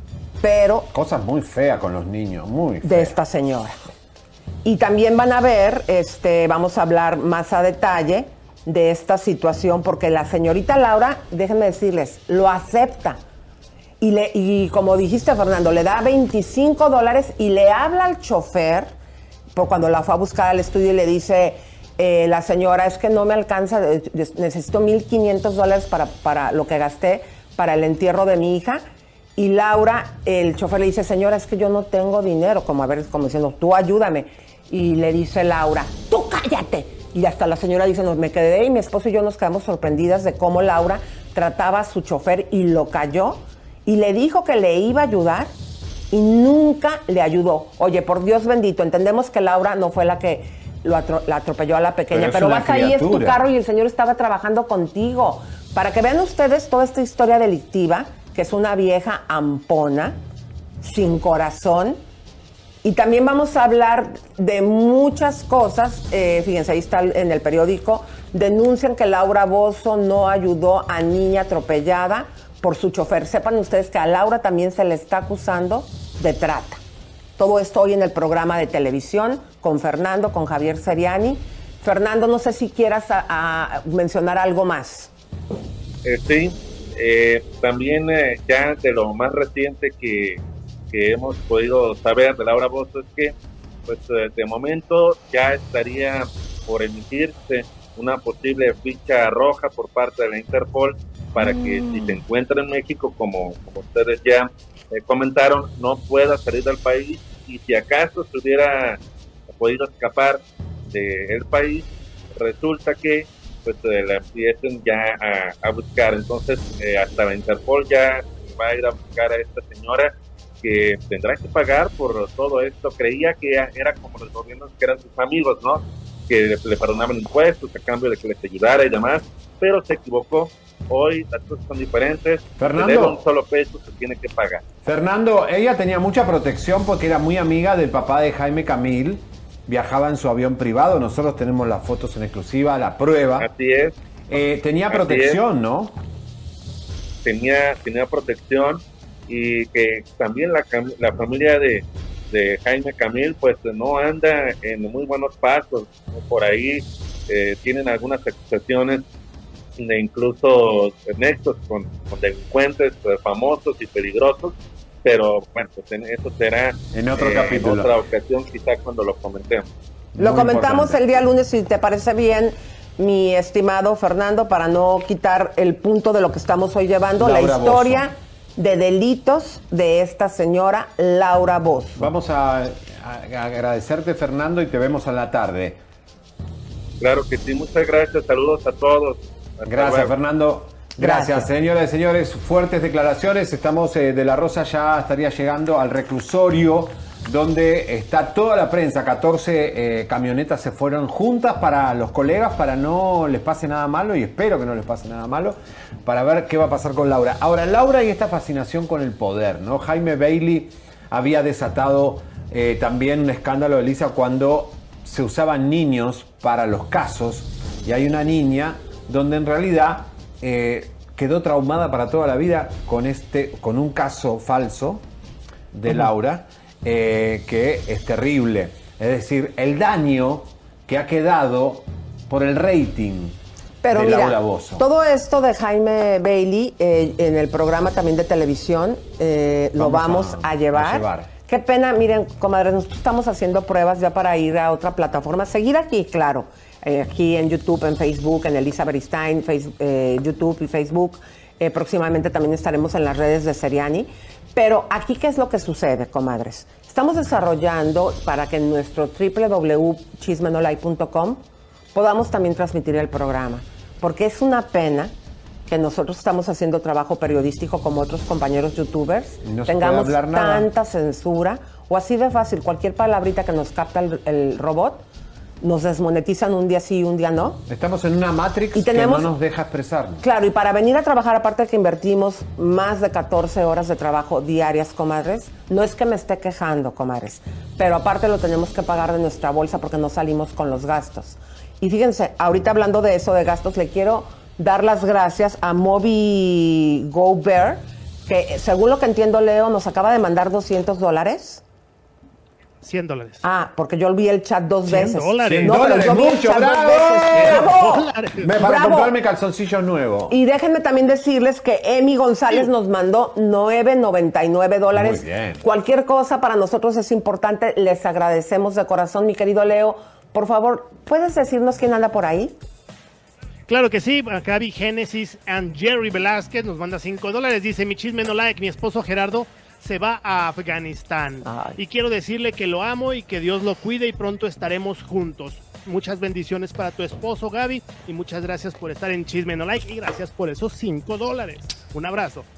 Pero Cosas muy feas con los niños, muy feas. de esta señora. Y también van a ver, este, vamos a hablar más a detalle de esta situación porque la señorita Laura, déjenme decirles, lo acepta. Y, le, y como dijiste, Fernando, le da veinticinco dólares y le habla al chofer, por cuando la fue a buscar al estudio y le dice, eh, la señora, es que no me alcanza, eh, necesito mil quinientos dólares para, para lo que gasté para el entierro de mi hija. Y Laura, el chofer le dice, señora, es que yo no tengo dinero, como a ver, como diciendo, tú ayúdame. Y le dice Laura, tú cállate. Y hasta la señora dice, no, me quedé y mi esposo y yo nos quedamos sorprendidas de cómo Laura trataba a su chofer y lo cayó. y le dijo que le iba a ayudar y nunca le ayudó. Oye, por Dios bendito, entendemos que Laura no fue la que lo atro- la atropelló a la pequeña, pero, pero vas criatura. Ahí, es tu carro y el señor estaba trabajando contigo. Para que vean ustedes toda esta historia delictiva, que es una vieja ampona, sin corazón. Y también vamos a hablar de muchas cosas. Eh, fíjense, ahí está en el periódico. Denuncian que Laura Bozzo no ayudó a niña atropellada por su chofer. Sepan ustedes que a Laura también se le está acusando de trata. Todo esto hoy en el programa de televisión con Fernando, con Javier Seriani. Fernando, no sé si quieras a, a mencionar algo más. Eh, sí, eh, también eh, ya de lo más reciente que, que hemos podido saber de Laura Bozzo es que pues eh, de momento ya estaría por emitirse una posible ficha roja por parte de la Interpol para mm. que si se encuentra en México, como, como ustedes ya eh, comentaron, no pueda salir del país, y si acaso se hubiera podido escapar del país, resulta que pues eh, la empiecen ya a, a buscar. Entonces eh, hasta la Interpol ya va a ir a buscar a esta señora, que tendrá que pagar por todo esto. Creía que era como los gobiernos que eran sus amigos, ¿no? Que le, le perdonaban impuestos a cambio de que les ayudara y demás, pero se equivocó. Hoy las cosas son diferentes. Fernando, se debe un solo peso, se tiene que pagar. Fernando, ella tenía mucha protección porque era muy amiga del papá de Jaime Camil, viajaba en su avión privado, nosotros tenemos las fotos en exclusiva, la prueba. Así es. Eh, tenía Así protección, es. ¿no? Tenía, tenía protección, y que también la, la familia de, de Jaime Camil pues no anda en muy buenos pasos. Por ahí eh, tienen algunas acusaciones de incluso nexos con, con delincuentes famosos y peligrosos, pero bueno, pues en eso será en otro eh, capítulo, en otra ocasión, quizá cuando lo comentemos. Lo Muy comentamos importante. El día lunes, si te parece bien, mi estimado Fernando, para no quitar el punto de lo que estamos hoy llevando, Laura la historia Bozzo. De delitos de esta señora Laura Bozzo. Vamos a, a, a agradecerte, Fernando, y te vemos a la tarde. Claro que sí, muchas gracias, saludos a todos. Hasta Gracias, luego. Fernando. Gracias. Gracias, señoras y señores, fuertes declaraciones. Estamos eh, de la Rosa, ya estaría llegando al reclusorio donde está toda la prensa. catorce eh, camionetas se fueron juntas para los colegas, para no les pase nada malo, y espero que no les pase nada malo, para ver qué va a pasar con Laura. Ahora, Laura y esta fascinación con el poder, ¿no? Jaime Bailey había desatado eh, también un escándalo, Elisa, cuando se usaban niños para los casos, y hay una niña donde en realidad eh, quedó traumada para toda la vida con este, con un caso falso de uh-huh. Laura, eh, que es terrible. Es decir, el daño que ha quedado por el rating Pero de mira, Laura Bozzo. Todo esto de Jaime Bailey eh, en el programa también de televisión eh, lo vamos a, a, llevar. a llevar. Qué pena, miren, comadres, nosotros estamos haciendo pruebas ya para ir a otra plataforma. Seguir aquí, claro. Eh, aquí en YouTube, en Facebook, en Elisa Beristain, face, eh, YouTube y Facebook. Eh, próximamente también estaremos en las redes de Seriani. Pero aquí, ¿qué es lo que sucede, comadres? Estamos desarrollando para que en nuestro doble u doble u doble u punto chisme no like punto com podamos también transmitir el programa. Porque es una pena que nosotros estamos haciendo trabajo periodístico como otros compañeros youtubers, no tengamos tanta censura, o así de fácil, cualquier palabrita que nos capta el, el robot, nos desmonetizan un día sí y un día no. Estamos en una Matrix y tenemos, que no nos deja expresarnos. Claro, y para venir a trabajar, aparte de que invertimos más de catorce horas de trabajo diarias, comadres, no es que me esté quejando, comadres, pero aparte lo tenemos que pagar de nuestra bolsa porque no salimos con los gastos. Y fíjense, ahorita hablando de eso, de gastos, le quiero dar las gracias a Moby Go Bear, que según lo que entiendo, Leo, nos acaba de mandar doscientos dólares. cien dólares. Ah, porque yo vi el chat dos cien veces. Dólares. cien no, dólares, pero yo vi el mucho, chat bravo. dos veces. ¡Bravo! Me, para Bravo. comprarme calzoncillos nuevos. Y déjenme también decirles que Emi González nos mandó nueve noventa y nueve dólares. Muy bien. Cualquier cosa para nosotros es importante. Les agradecemos de corazón, mi querido Leo. Por favor, ¿puedes decirnos quién anda por ahí? Claro que sí, acá vi Génesis and Jerry Velázquez, nos manda cinco dólares. Dice, mi chisme no like, mi esposo Gerardo se va a Afganistán. Ay. Y quiero decirle que lo amo y que Dios lo cuide y pronto estaremos juntos. Muchas bendiciones para tu esposo, Gaby, y muchas gracias por estar en Chisme No Like y gracias por esos cinco dólares. Un abrazo.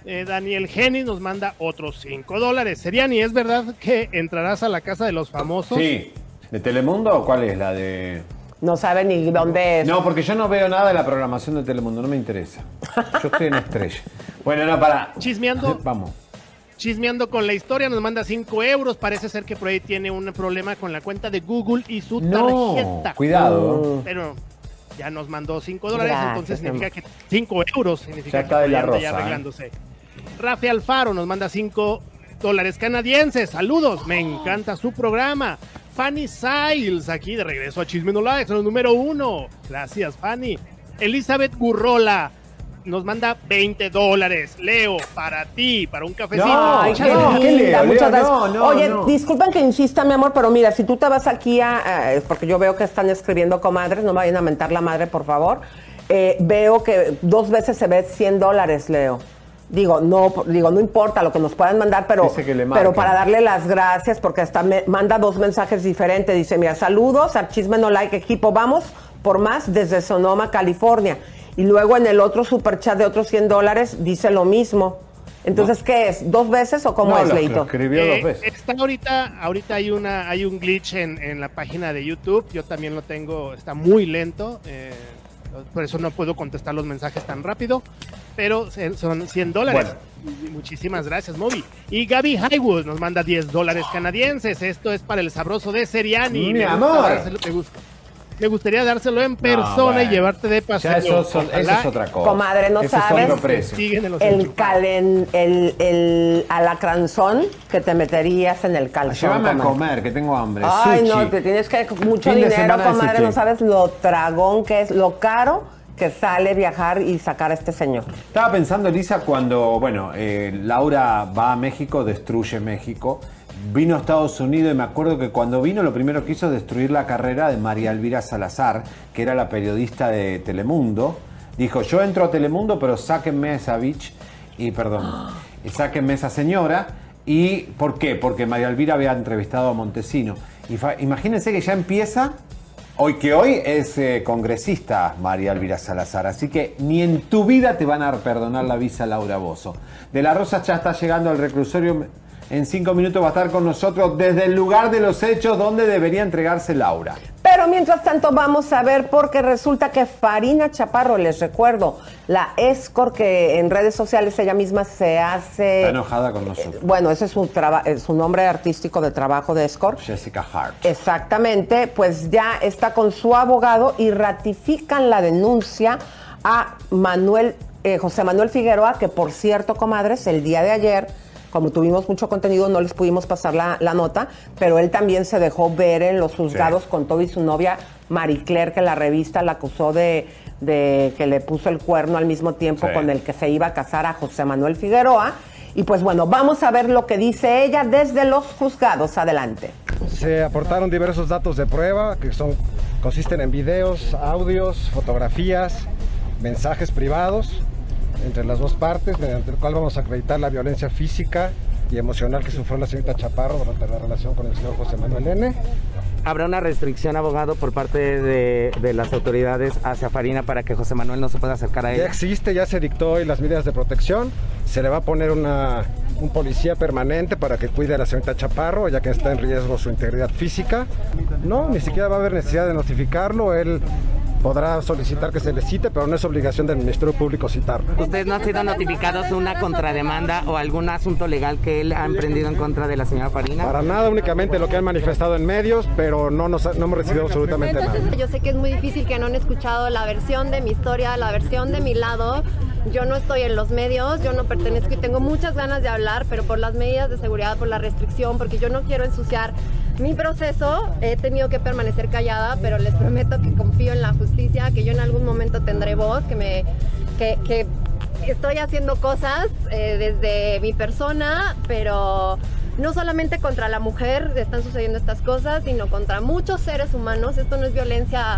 Eh, Daniel Genis nos manda otros cinco dólares. Seriani, ¿es verdad que entrarás a la casa de los famosos? Sí. ¿De Telemundo o cuál es la de...? No sabe ni dónde es. No, porque yo no veo nada de la programación de Telemundo, no me interesa. Yo estoy en Estrella. Bueno, no, para... Chismeando. Vamos. Chismeando con la historia, nos manda cinco euros. Parece ser que por ahí tiene un problema con la cuenta de Google y su No, tarjeta. cuidado. Pero ya nos mandó cinco dólares, Gracias, entonces significa amor. que cinco euros significa Ya está que de la anda ya rosa, arreglándose. Rafi Alfaro nos manda cinco dólares canadienses. Saludos, me encanta su programa. Fanny Siles, aquí de regreso a Chisme No Likes, el número uno. Gracias, Fanny. Elizabeth Gurrola nos manda veinte dólares. Leo, para ti, para un cafecito. No, Ay, ya qué no, ¿qué linda, Leo? muchas Leo, gracias. no, no, Oye, no. disculpen que insista, mi amor, pero mira, si tú te vas aquí a, a- porque yo veo que están escribiendo comadres, no me vayan a mentar la madre, por favor. Eh, veo que dos veces se ve cien dólares, Leo. Digo, no, digo, no importa lo que nos puedan mandar, pero, Dice que le marquen. pero para darle las gracias, porque hasta me manda dos mensajes diferentes. Dice, mira, saludos al Chisme No Like equipo, vamos por más desde Sonoma, California. Y luego en el otro superchat de otros cien dólares dice lo mismo. Entonces, ¿qué es? ¿Dos veces o cómo No, es, lo- Leito? lo escribió Eh, dos veces. está ahorita, ahorita hay una, hay un glitch en, en la página de YouTube. Yo también lo tengo, está muy lento. eh, por eso no puedo contestar los mensajes tan rápido. Pero se- son cien dólares. Y muchísimas gracias, Moby. Y Gaby Highwood nos manda diez dólares canadienses. Esto es para el sabroso de Seriani. Mi Me gusta amor. dárselo- me, gusta- me gustaría dárselo en persona bueno. y llevarte de paseo. Ya eso, son- eso Ojalá es otra cosa. Comadre, ¿no Ese sabes? es otro precio. siguen en los El, enchufados. calen, el, el alacranzón que te meterías en el calzón. Llévame a comadre. comer, que tengo hambre. Ay, Sushi. no, te tienes que mucho Fin de dinero, semana de comadre, sushi. no sabes lo tragón que es, lo caro que sale viajar y sacar a este señor. Estaba pensando, Elisa, cuando, bueno, eh, Laura va a México, destruye México, vino a Estados Unidos y me acuerdo que cuando vino lo primero que hizo es destruir la carrera de María Elvira Salazar, que era la periodista de Telemundo. Dijo, yo entro a Telemundo, pero sáquenme a esa bitch, y perdón, y sáquenme a esa señora. ¿Y por qué? Porque María Elvira había entrevistado a Montesino. Y fa- imagínense que ya empieza... Hoy que hoy es eh, congresista María Elvira Salazar, así que ni en tu vida te van a perdonar la visa Laura Bozzo. De la Rosa ya está llegando al reclusorio, en cinco minutos va a estar con nosotros desde el lugar de los hechos donde debería entregarse Laura. Pero mientras tanto vamos a ver, porque resulta que Farina Chaparro, les recuerdo, la escort que en redes sociales ella misma se hace... Está enojada con nosotros. Bueno, ese es su, traba- es su nombre artístico de trabajo de escort. Jessica Hart. Exactamente, pues ya está con su abogado y ratifican la denuncia a Manuel, eh, José Manuel Figueroa, que por cierto, comadres, el día de ayer, como tuvimos mucho contenido, no les pudimos pasar la, la nota, pero él también se dejó ver en los juzgados Sí. con todo y su novia Marie Claire, que la revista la acusó de, de que le puso el cuerno al mismo tiempo Sí. con el que se iba a casar a José Manuel Figueroa. Y pues bueno, vamos a ver lo que dice ella desde los juzgados. Adelante. Se aportaron diversos datos de prueba que son, consisten en videos, audios, fotografías, mensajes privados entre las dos partes, mediante el cual vamos a acreditar la violencia física y emocional que sufrió la señorita Chaparro durante la relación con el señor José Manuel N. ¿Habrá una restricción, abogado, por parte de, de las autoridades hacia Farina para que José Manuel no se pueda acercar a Ya ella? existe, ya se dictó hoy las medidas de protección. Se le va a poner una, un policía permanente para que cuide a la señorita Chaparro, ya que está en riesgo su integridad física. No, ni siquiera va a haber necesidad de notificarlo. Él podrá solicitar que se le cite, pero no es obligación del Ministerio Público citarlo. ¿Ustedes no han sido notificados de una contrademanda o algún asunto legal que él ha emprendido en contra de la señora Farina? Para nada, únicamente lo que han manifestado en medios, pero no, nos, no hemos recibido absolutamente nada. Yo sé que es muy difícil que no han escuchado la versión de mi historia, la versión de mi lado. Yo no estoy en los medios, yo no pertenezco y tengo muchas ganas de hablar, pero por las medidas de seguridad, por la restricción, porque yo no quiero ensuciar mi proceso, he tenido que permanecer callada, pero les prometo que confío en la justicia, que yo en algún momento tendré voz, que me que, que estoy haciendo cosas eh, desde mi persona, pero no solamente contra la mujer están sucediendo estas cosas, sino contra muchos seres humanos. Esto no es violencia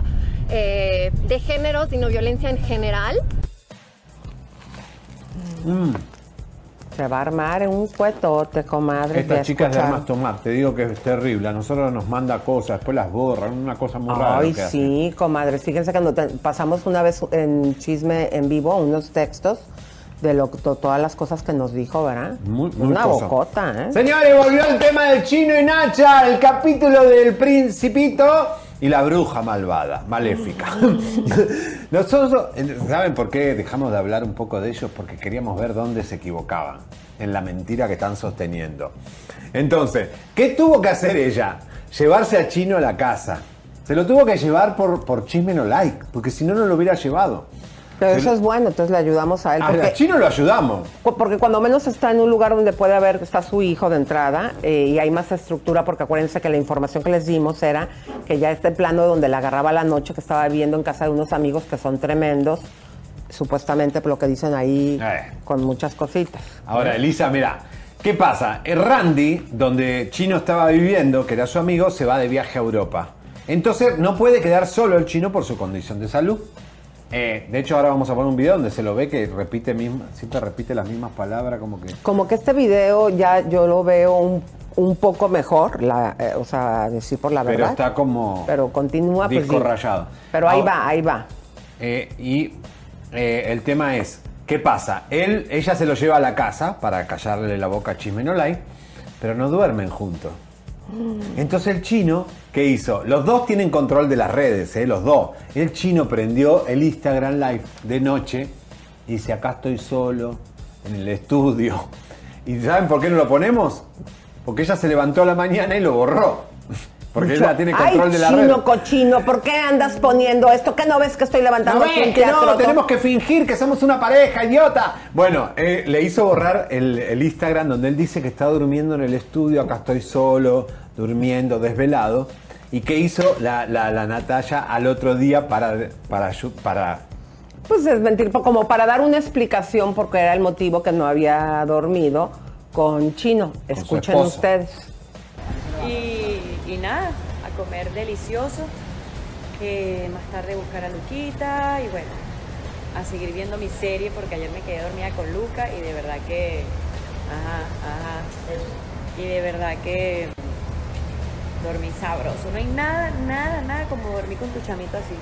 eh, de género, sino violencia en general. Mm. Se va a armar un cuetote, comadre. Esta de chica es de escuchar. armas tomar, te digo que es terrible. A nosotros nos manda cosas, después las borran, una cosa muy rara. Ay, lo que hace. sí, comadre. Fíjense que nos te- pasamos una vez en Chisme en vivo unos textos de, lo, de todas las cosas que nos dijo, ¿verdad? Muy, muy Una cosa. bocota, ¿eh? Señores, volvió el tema del Chino y Nacha, el capítulo del Principito y la bruja malvada, maléfica. Nosotros, ¿saben por qué dejamos de hablar un poco de ellos? Porque queríamos ver dónde se equivocaban en la mentira que están sosteniendo. Entonces, ¿qué tuvo que hacer ella? Llevarse a Chino a la casa. Se lo tuvo que llevar por, por Chisme No Like, porque si no, no lo hubiera llevado. Pero Se eso lo... es bueno, entonces le ayudamos a él. A porque, Chino lo ayudamos. Porque cuando menos está en un lugar donde puede haber, está su hijo de entrada eh, y hay más estructura, porque acuérdense que la información que les dimos era que ya este plano donde la agarraba la noche, que estaba viviendo en casa de unos amigos que son tremendos, supuestamente por lo que dicen ahí, eh. con muchas cositas. Ahora, Elisa, mira, ¿qué pasa? El Randy, donde Chino estaba viviendo, que era su amigo, se va de viaje a Europa. Entonces no puede quedar solo el Chino por su condición de salud. Eh, de hecho, ahora vamos a poner un video donde se lo ve que repite misma, siempre repite las mismas palabras, como que... Como que este video ya yo lo veo un, un poco mejor, la, eh, o sea, decir por la verdad. Pero está como... Pero continúa, disco pues, rayado. Pero ahí ahora, va, ahí va. Eh, y eh, el tema es, ¿qué pasa? Él, ella se lo lleva a la casa para callarle la boca a Chisme No Like, pero no duermen juntos. Entonces el Chino, ¿qué hizo? Los dos tienen control de las redes, ¿eh? Los dos. El Chino prendió el Instagram Live de noche y dice, acá estoy solo, en el estudio. ¿Y saben por qué no lo ponemos? Porque ella se levantó a la mañana y lo borró. Porque Mucho. ella tiene control Ay, de la Chino, red. Chino, cochino, ¿por qué andas poniendo esto? ¿Qué no ves que estoy levantando No aquí ves un que teatro? no, tenemos que fingir que somos una pareja, idiota. Bueno, eh, le hizo borrar el, el Instagram donde él dice que está durmiendo en el estudio, acá estoy solo, durmiendo, desvelado. ¿Y qué hizo la, la, la Natalia al otro día para, para, para... Pues es mentir, como para dar una explicación porque era el motivo que no había dormido con Chino. Con Escuchen ustedes. Y, y nada, a comer delicioso, que más tarde buscar a Luquita y bueno, a seguir viendo mi serie porque ayer me quedé dormida con Luca y de verdad que, ajá, ajá, y de verdad que dormí sabroso. No hay nada, nada, nada como dormir con tu chamito así.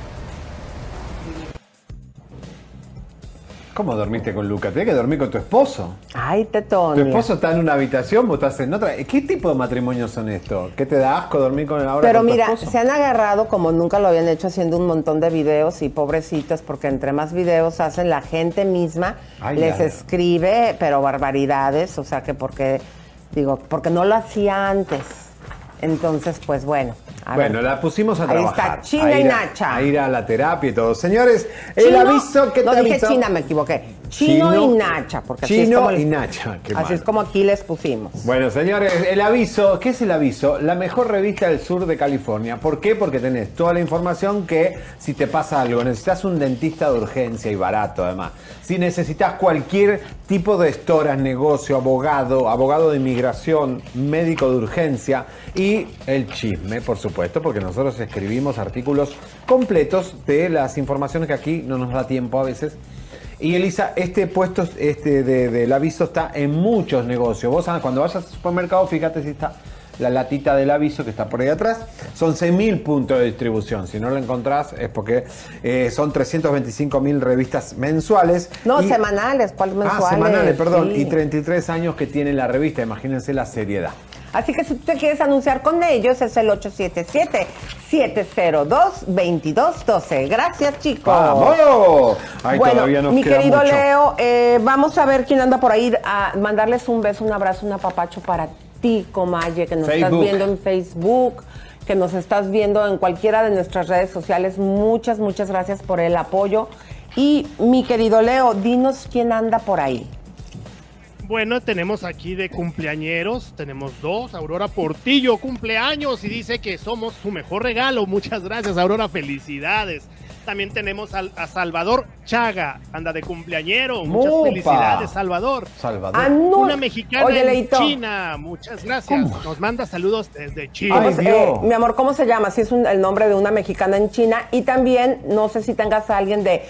¿Cómo dormiste con Luca? Tienes que dormir con tu esposo. Ay, tetón. Tu esposo está en una habitación, vos estás en otra. ¿Qué tipo de matrimonios son estos? ¿Qué te da asco dormir con ahora Pero con tu mira, esposo? se han agarrado como nunca lo habían hecho haciendo un montón de videos y pobrecitos, porque entre más videos hacen, la gente misma Ay, les ya. escribe, pero barbaridades, o sea que porque, digo, porque no lo hacía antes. Entonces, pues bueno. A Bueno, ver. la pusimos a Ahí trabajar. está, China a y ir a- Nacha. A ir a la terapia y todo. Señores, el Chino- aviso que no te dije aviso- China, me equivoqué. Chino, Chino- y Nacha, porque así es Chino como y Nacha, qué así malo. es como aquí les pusimos. Bueno, señores, el aviso, ¿qué es el aviso? La mejor revista del sur de California. ¿Por qué? Porque tenés toda la información que si te pasa algo, necesitas un dentista de urgencia y barato además. Si necesitas cualquier tipo de estoras, negocio, abogado, abogado de inmigración, médico de urgencia y el chisme, por supuesto, porque nosotros escribimos artículos completos de las informaciones que aquí no nos da tiempo a veces. Y Elisa, este puesto este de, del aviso está en muchos negocios. Vos cuando vayas al supermercado, fíjate si está la latita del aviso que está por ahí atrás. Son seis mil puntos de distribución. Si no la encontrás es porque eh, son trescientos veinticinco mil revistas mensuales. No, y, semanales, ¿cuál mensuales? Ah, semanales, perdón. Sí. Y treinta y tres años que tiene la revista. Imagínense la seriedad. Así que si tú te quieres anunciar con ellos, es el ocho siete siete, siete cero dos, dos dos uno dos. Gracias, chicos. ¡Vamos! Ay, bueno, todavía nos mi queda querido mucho. Leo, eh, vamos a ver quién anda por ahí. A mandarles un beso, un abrazo, un apapacho para ti, Comaye, que nos Facebook. estás viendo en Facebook, que nos estás viendo en cualquiera de nuestras redes sociales. Muchas, muchas gracias por el apoyo. Y mi querido Leo, dinos quién anda por ahí. Bueno, tenemos aquí de cumpleañeros, tenemos dos. Aurora Portillo, cumpleaños, y dice que somos su mejor regalo. Muchas gracias, Aurora, felicidades. También tenemos al- a Salvador Chaga, anda de cumpleañero. Muchas ¡Opa! felicidades, Salvador. Salvador. Anu- Una mexicana Oye, en Leito. China, muchas gracias. ¿Cómo? Nos manda saludos desde China. Vamos, Ay, eh, Dios. mi amor, ¿cómo se llama? Si es un- el nombre de una mexicana en China. Y también, no sé si tengas a alguien de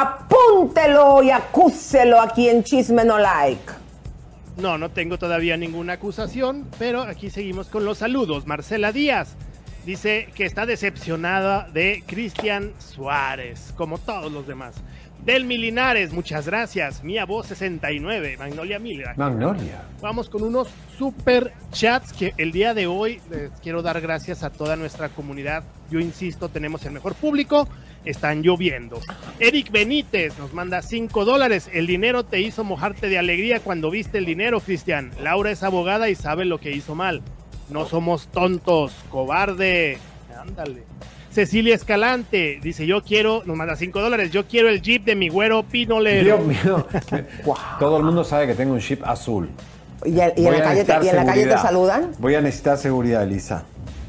apúntelo y acúselo aquí en Chisme No Like. No, no tengo todavía ninguna acusación, pero aquí seguimos con los saludos. Marcela Díaz Dice que está decepcionada de Cristian Suárez, como todos los demás. Delmi Linares, muchas gracias. Mía Voz sesenta y nueve, Magnolia Miller. Magnolia. Vamos con unos super chats que el día de hoy les quiero dar gracias a toda nuestra comunidad. Yo insisto, tenemos el mejor público. Están lloviendo. Eric Benítez nos manda cinco dólares. El dinero te hizo mojarte de alegría cuando viste el dinero, Cristian. Laura es abogada y sabe lo que hizo mal. No somos tontos, cobarde. Ándale. Cecilia Escalante dice, yo quiero, nos manda cinco dólares, yo quiero el Jeep de mi güero Pinolero. Dios mío. Todo el mundo sabe que tengo un Jeep azul. ¿Y, y, en, la calle te, ¿y en la calle te saludan? Voy a necesitar seguridad, Elisa.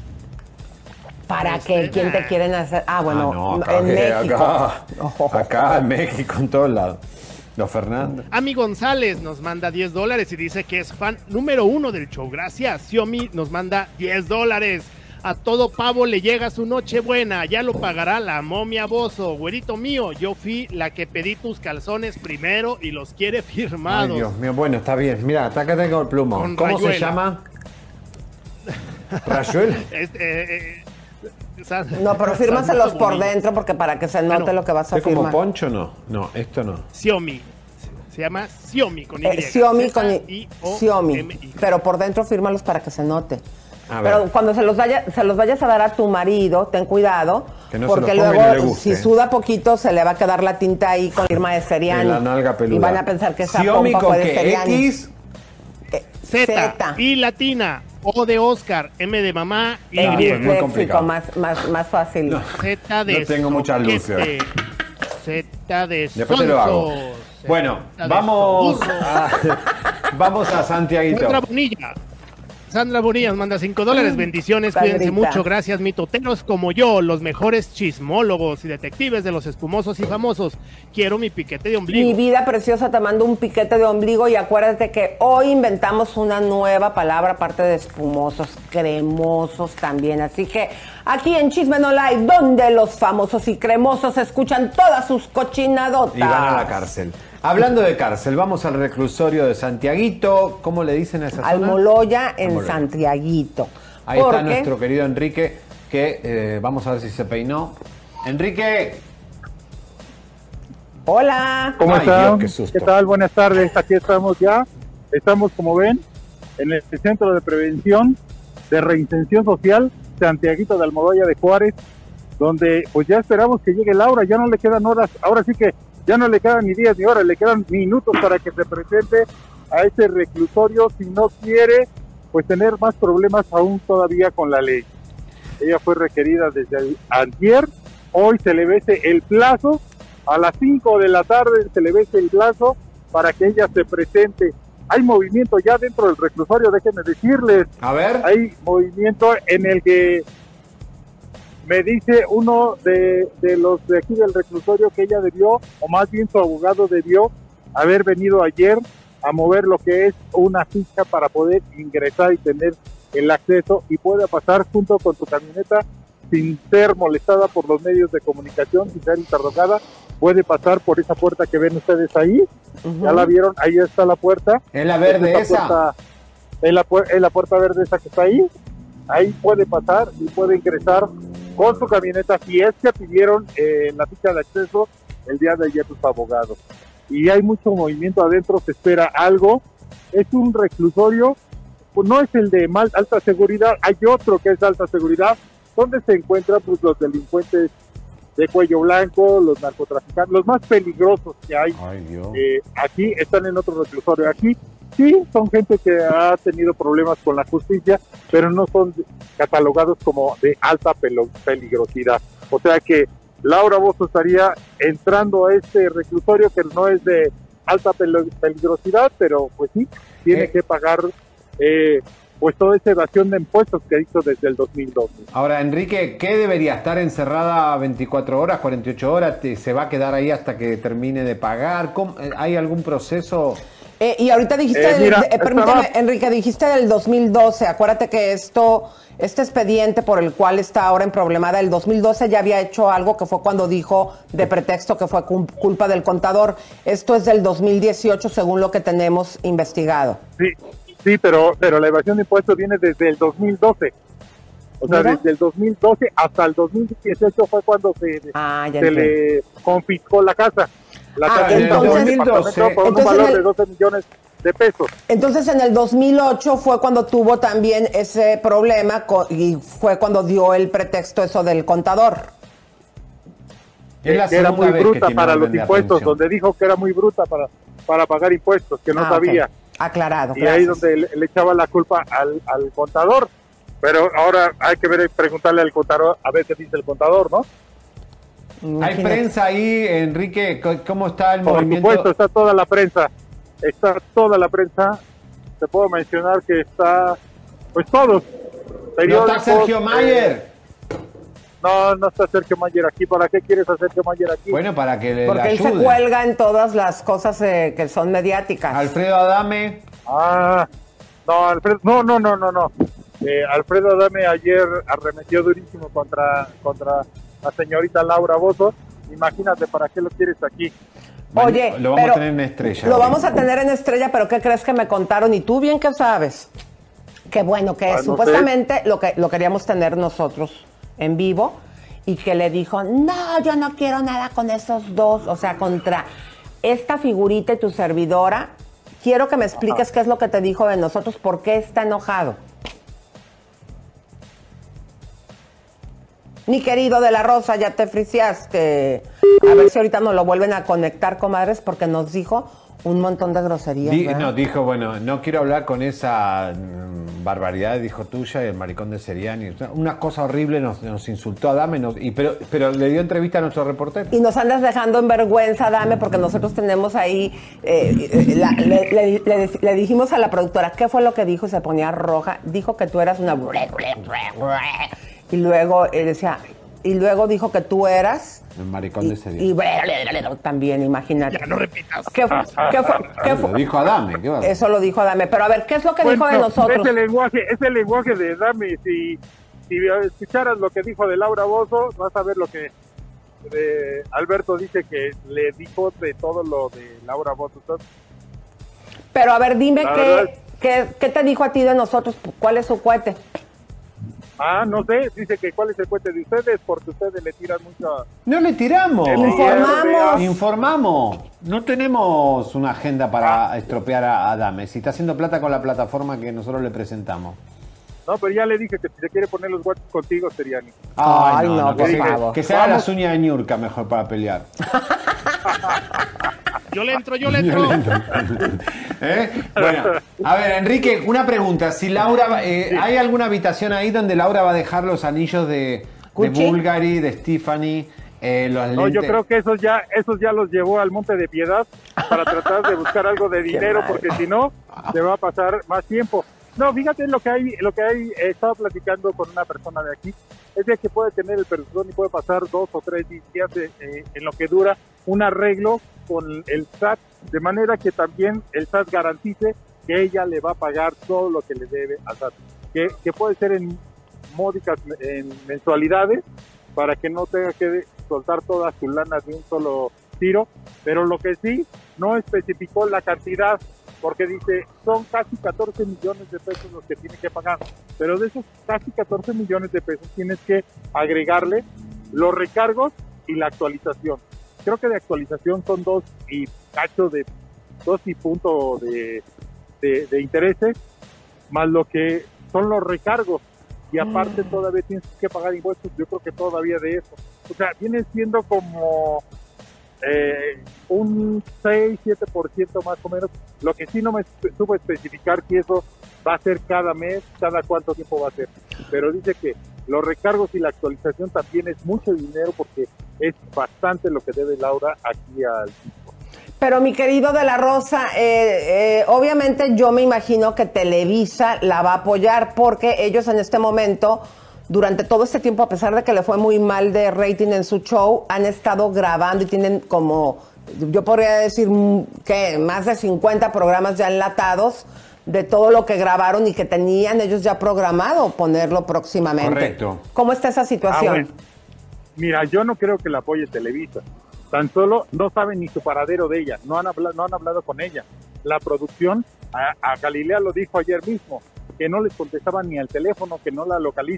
¿Para qué? ¿Quién te quieren hacer? Ah, bueno, ah, no, acá, en México. Acá, oh. acá en México, en todos lados. Los Fernández. Ami González nos manda diez dólares y dice que es fan número uno del show. Gracias. Xiomi nos manda diez dólares. A todo pavo le llega su noche buena, ya lo pagará la momia Bozo. Güerito mío, yo fui la que pedí tus calzones primero y los quiere firmados. Ay, Dios mío, bueno, está bien. Mira, hasta acá tengo el plumón. Con ¿Cómo Rayuela. se llama? ¿Rayuela? Este, eh, eh, no, pero fírmaselos por dentro porque para que se note ah, no. lo que vas a ¿Es como firmar. Poncho? No, no, esto no. Xiomi. Se llama Xiomi con Y. Eh, Xiomi con Y. Xiomi. Pero por dentro fírmalos para que se note. A Pero ver. cuando se los vaya, se los vayas a dar a tu marido, ten cuidado, que no porque se los luego no le guste. si suda poquito se le va a quedar la tinta ahí con firma de Seriani. En la nalga peluda. Y van a pensar que esa Xiomi pompa con fue de qué, Seriani. X, eh, Z, I latina, O de Oscar, M de mamá, Y. Ah, pues muy complicado. más, más, más fácil. No. Z de No tengo muchas luces. Z de Después te lo hago. sonso. Bueno, Z de vamos sonso. a, vamos a Santiaguito. Sandra Bonilla. Sandra Bonilla nos manda cinco dólares. Bendiciones, cuídense Sandrita. mucho. Gracias, mitoteros como yo, los mejores chismólogos y detectives de los espumosos y famosos. Quiero mi piquete de ombligo. Mi vida preciosa, te mando un piquete de ombligo y acuérdate que hoy inventamos una nueva palabra aparte de espumosos, cremosos también. Así que aquí en Chisme No Like, donde los famosos y cremosos escuchan todas sus cochinadotas. Y van a la cárcel. Hablando de cárcel, vamos al reclusorio de Santiaguito. ¿Cómo le dicen a esa zona? Almoloya en Almoloya. Santiaguito. Ahí Porque está nuestro querido Enrique, que eh, vamos a ver si se peinó. Enrique. Hola. ¿Cómo Ay, están? Dios, qué susto. ¿Qué tal? Buenas tardes. Aquí estamos ya. Estamos, como ven, en el Centro de Prevención de Reinserción Social, Santiaguito de Almoloya de Juárez, donde pues ya esperamos que llegue Laura. Ya no le quedan horas. Ahora sí que ya no le quedan ni días ni horas, le quedan minutos para que se presente a este reclusorio si no quiere pues tener más problemas aún todavía con la ley. Ella fue requerida desde ayer, hoy se le vence el plazo, a las cinco de la tarde se le vence el plazo para que ella se presente. Hay movimiento ya dentro del reclusorio, déjenme decirles. A ver. Hay movimiento en el que me dice uno de, de los de aquí del reclusorio que ella debió, o más bien su abogado debió haber venido ayer a mover lo que es una ficha para poder ingresar y tener el acceso y pueda pasar junto con su camioneta sin ser molestada por los medios de comunicación, sin ser interrogada. Puede pasar por esa puerta que ven ustedes ahí. Uh-huh. Ya la vieron, ahí está la puerta. ¿Es la verde esa? esa? Puerta, es, la, es la puerta verde esa que está ahí. Ahí puede pasar y puede ingresar con su camioneta, si es que pidieron eh, la ficha de acceso el día de ayer sus abogados. Y hay mucho movimiento adentro, se espera algo. Es un reclusorio, pues no es el de mal, alta seguridad, hay otro que es de alta seguridad, donde se encuentran pues, los delincuentes de cuello blanco, los narcotraficantes, los más peligrosos que hay. Ay, Dios. Eh, aquí están en otro reclusorio. Aquí sí son gente que ha tenido problemas con la justicia, pero no son catalogados como de alta peligrosidad. O sea que Laura Bozzo estaría entrando a este reclusorio que no es de alta peligrosidad, pero pues sí, tiene eh. que pagar eh, pues toda esa evasión de impuestos que hizo desde el dos mil doce. Ahora, Enrique, ¿qué debería estar encerrada veinticuatro horas, cuarenta y ocho horas? ¿Se va a quedar ahí hasta que termine de pagar? ¿Cómo? ¿Hay algún proceso? Eh, y ahorita dijiste, Eh, del- mira, de- eh, permíteme, estaba- Enrique, dijiste del dos mil doce. Acuérdate que esto, este expediente por el cual está ahora en problemada, el dos mil doce ya había hecho algo que fue cuando dijo de pretexto que fue cum- culpa del contador. Esto es del dos mil dieciocho, según lo que tenemos investigado. Sí, sí, pero, pero la evasión de impuestos viene desde el dos mil doce. O sea, ¿Mira? desde el dos mil doce hasta el dos mil dieciocho fue cuando se, Ah, ya se entiendo. le confiscó la casa. La Ah, casa entonces- del departamento por un entonces valor en el- de doce millones de pesos. Entonces en el dos mil ocho fue cuando tuvo también ese problema co- y fue cuando dio el pretexto eso del contador. Es la que era segunda muy vez que bruta tiene para orden los de impuestos, aprehensión. donde dijo que era muy bruta para, para pagar impuestos, que no Ah, sabía. ok. Aclarado, Y ahí gracias. donde le, le echaba la culpa al, al contador. Pero ahora hay que ver, preguntarle al contador a ver qué dice el contador, ¿no? Hay Imagínate. prensa ahí, Enrique, co- ¿cómo está el Por movimiento? supuesto, está toda la prensa. Está toda la prensa. Te puedo mencionar que está, pues todos. ¿No periódicos, está Sergio eh, Mayer? no, no está Sergio Mayer aquí. ¿Para qué quieres a Sergio Mayer aquí? Bueno, para que le, le Porque él se ayude. cuelga en todas las cosas eh, que son mediáticas. Alfredo Adame. Ah, no, Alfredo, no, no, no, no, no. Eh, Alfredo Adame ayer arremetió durísimo contra, contra la señorita Laura Bozzo. Imagínate, ¿para qué lo quieres aquí? Oye, lo vamos pero a tener en estrella. Lo hoy. vamos a tener en estrella, pero ¿qué crees que me contaron? Y tú bien que sabes. Qué bueno que Ah, no supuestamente lo que lo queríamos tener nosotros en vivo y que le dijo, no, yo no quiero nada con esos dos, o sea, contra esta figurita y tu servidora. Quiero que me expliques qué es lo que te dijo de nosotros, por qué está enojado. Mi querido de la Rosa, ya te friseaste. A ver si ahorita nos lo vuelven a conectar, comadres, porque nos dijo un montón de groserías. Di- ¿verdad? no, dijo, bueno, no quiero hablar con esa mm, barbaridad, dijo tuya, y el maricón de Seriani. Una, una cosa horrible, nos, nos insultó a Adame, nos- y, pero, pero le dio entrevista a nuestro reportero. Y nos andas dejando en vergüenza, Dame, porque nosotros tenemos ahí, eh, eh, la- le, le- le- le dijimos a la productora, ¿qué fue lo que dijo? Y se ponía roja. Dijo que tú eras una... Y luego él decía, y luego dijo que tú eras... El maricón de Y Seriani. también, imagínate. Ya no repitas. ¿Qué fue? ¿Qué fue? ¿Qué Lo fue? dijo Adame, ¿qué va a hacer? Eso lo dijo Adame. Pero a ver, ¿qué es lo que dijo de Bueno, nosotros? Ese lenguaje, ese lenguaje de Dami, si, si escucharas lo que dijo de Laura Bozzo, vas a ver lo que eh, Alberto dice que le dijo de todo lo de Laura Bozzo. Entonces, Pero a ver, dime La verdad qué, qué, qué te dijo a ti de nosotros, cuál es su cohete. ah, no sé, dice que cuál es el cohete de ustedes, porque ustedes le tiran mucho. No le tiramos. Informamos. Informamos. No tenemos una agenda para estropear a Adame. Si está haciendo plata con la plataforma que nosotros le presentamos. No, pero ya le dije que si se quiere poner los guantes contigo, Seriani. Ay, no, que por se, favor. que se haga Vamos. las uñas de Ñurka mejor para pelear. Yo le entro, yo le entro. ¿Eh? Bueno, a ver, Enrique, una pregunta. Si Laura, va- eh, ¿hay alguna habitación ahí donde Laura va a dejar los anillos de, de ¿Gucci? Bulgari, de Tiffany, eh, los No, yo lentes? creo que esos ya, esos ya los llevó al Monte de Piedad para tratar de buscar algo de dinero, mal. porque si no, se va a pasar más tiempo. No, fíjate lo que hay, lo que hay, eh, estaba platicando con una persona de aquí, es de que puede tener el perdón y puede pasar dos o tres días de, eh, en lo que dura un arreglo con el S A T, de manera que también el S A T garantice que ella le va a pagar todo lo que le debe al S A T, que, que puede ser en módicas en mensualidades, para que no tenga que soltar toda su lana de un solo tiro, pero lo que sí, no especificó la cantidad, porque dice, son casi catorce millones de pesos los que tiene que pagar, pero de esos casi catorce millones de pesos tienes que agregarle los recargos y la actualización. Creo que de actualización son dos y cacho de, dos y punto de, de, de intereses, más lo que son los recargos, y aparte todavía tienes que pagar impuestos, yo creo que todavía de eso. O sea, viene siendo como eh, un seis, siete por ciento más o menos. Lo que sí no me espe- supo especificar si eso va a ser cada mes, cada cuánto tiempo va a ser. Pero dice que los recargos y la actualización también es mucho dinero, porque es bastante lo que debe Laura aquí al... Pero mi querido de la Rosa, eh, eh, obviamente yo me imagino que Televisa la va a apoyar, porque ellos en este momento, durante todo este tiempo, a pesar de que le fue muy mal de rating en su show, han estado grabando y tienen como, yo podría decir mm, que más de cincuenta programas ya enlatados de todo lo que grabaron y que tenían ellos ya programado ponerlo próximamente. Correcto. ¿Cómo está esa situación? Ah, bueno. Mira, yo no creo que la apoye Televisa. Tan solo no saben ni su paradero de ella, no han hablado, no han hablado con ella. La producción, a, a Galilea lo dijo ayer mismo, que no les contestaban ni al teléfono, que no la localizan,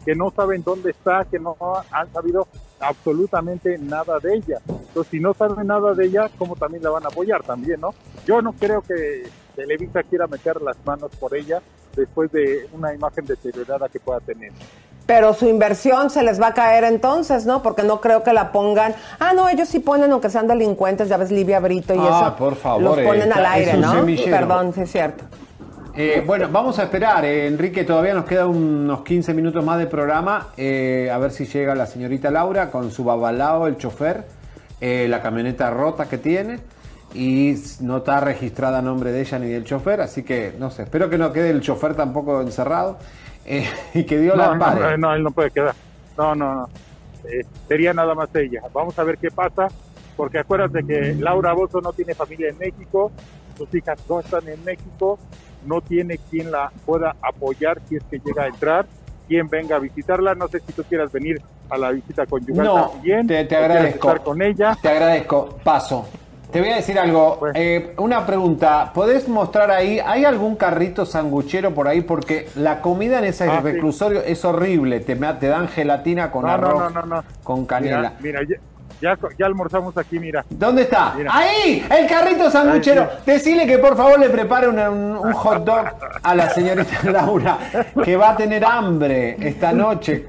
que no saben dónde está, que no han sabido absolutamente nada de ella. Entonces, si no saben nada de ella, ¿cómo también la van a apoyar también, no? Yo no creo que Televisa quiera meter las manos por ella después de una imagen deteriorada que pueda tener. Pero su inversión se les va a caer entonces, ¿no? Porque no creo que la pongan. Ah, no, ellos sí ponen, aunque sean delincuentes, ya ves, Livia Brito y ah, eso. por favor. Los ponen eh, al aire, ¿no? Semillero. Perdón, sí es cierto. Eh, bueno, vamos a esperar, eh, Enrique, todavía nos quedan unos quince minutos más de programa, eh, a ver si llega la señorita Laura con su babalao, el chofer, eh, la camioneta rota que tiene, y no está registrada a nombre de ella ni del chofer, así que, no sé, espero que no quede el chofer tampoco encerrado, eh, y que Dios la No, ampare. no, no, él no puede quedar. No, no, no. Eh, sería nada más ella. Vamos a ver qué pasa, porque acuérdate que Laura Bozzo no tiene familia en México, sus hijas no están en México, no tiene quien la pueda apoyar si es que llega a entrar, quien venga a visitarla. No sé si tú quieras venir a la visita conyugal No, también. te, te o quieras agradezco. estar con ella. Te agradezco. Paso. Te voy a decir algo. Eh, una pregunta. ¿Podés mostrar ahí? ¿Hay algún carrito sanguchero por ahí? Porque la comida en ese Ah, reclusorio sí. es horrible. Te, te dan gelatina con No, arroz, no, no, no, no. con canela. Mira, mira ya, ya, ya almorzamos aquí, mira. ¿Dónde está? Mira. ¡Ahí! ¡El carrito sanguchero! Ahí, sí. Decile que por favor le prepare una- un, un hot dog a la señorita Laura, que va a tener hambre esta noche.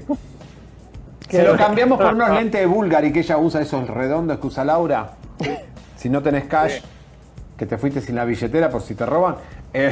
Se lo cambiamos por unos lentes de Bulgari que ella usa, esos redondos que usa Laura. Si no tenés cash, que te fuiste sin la billetera por si te roban. Eh,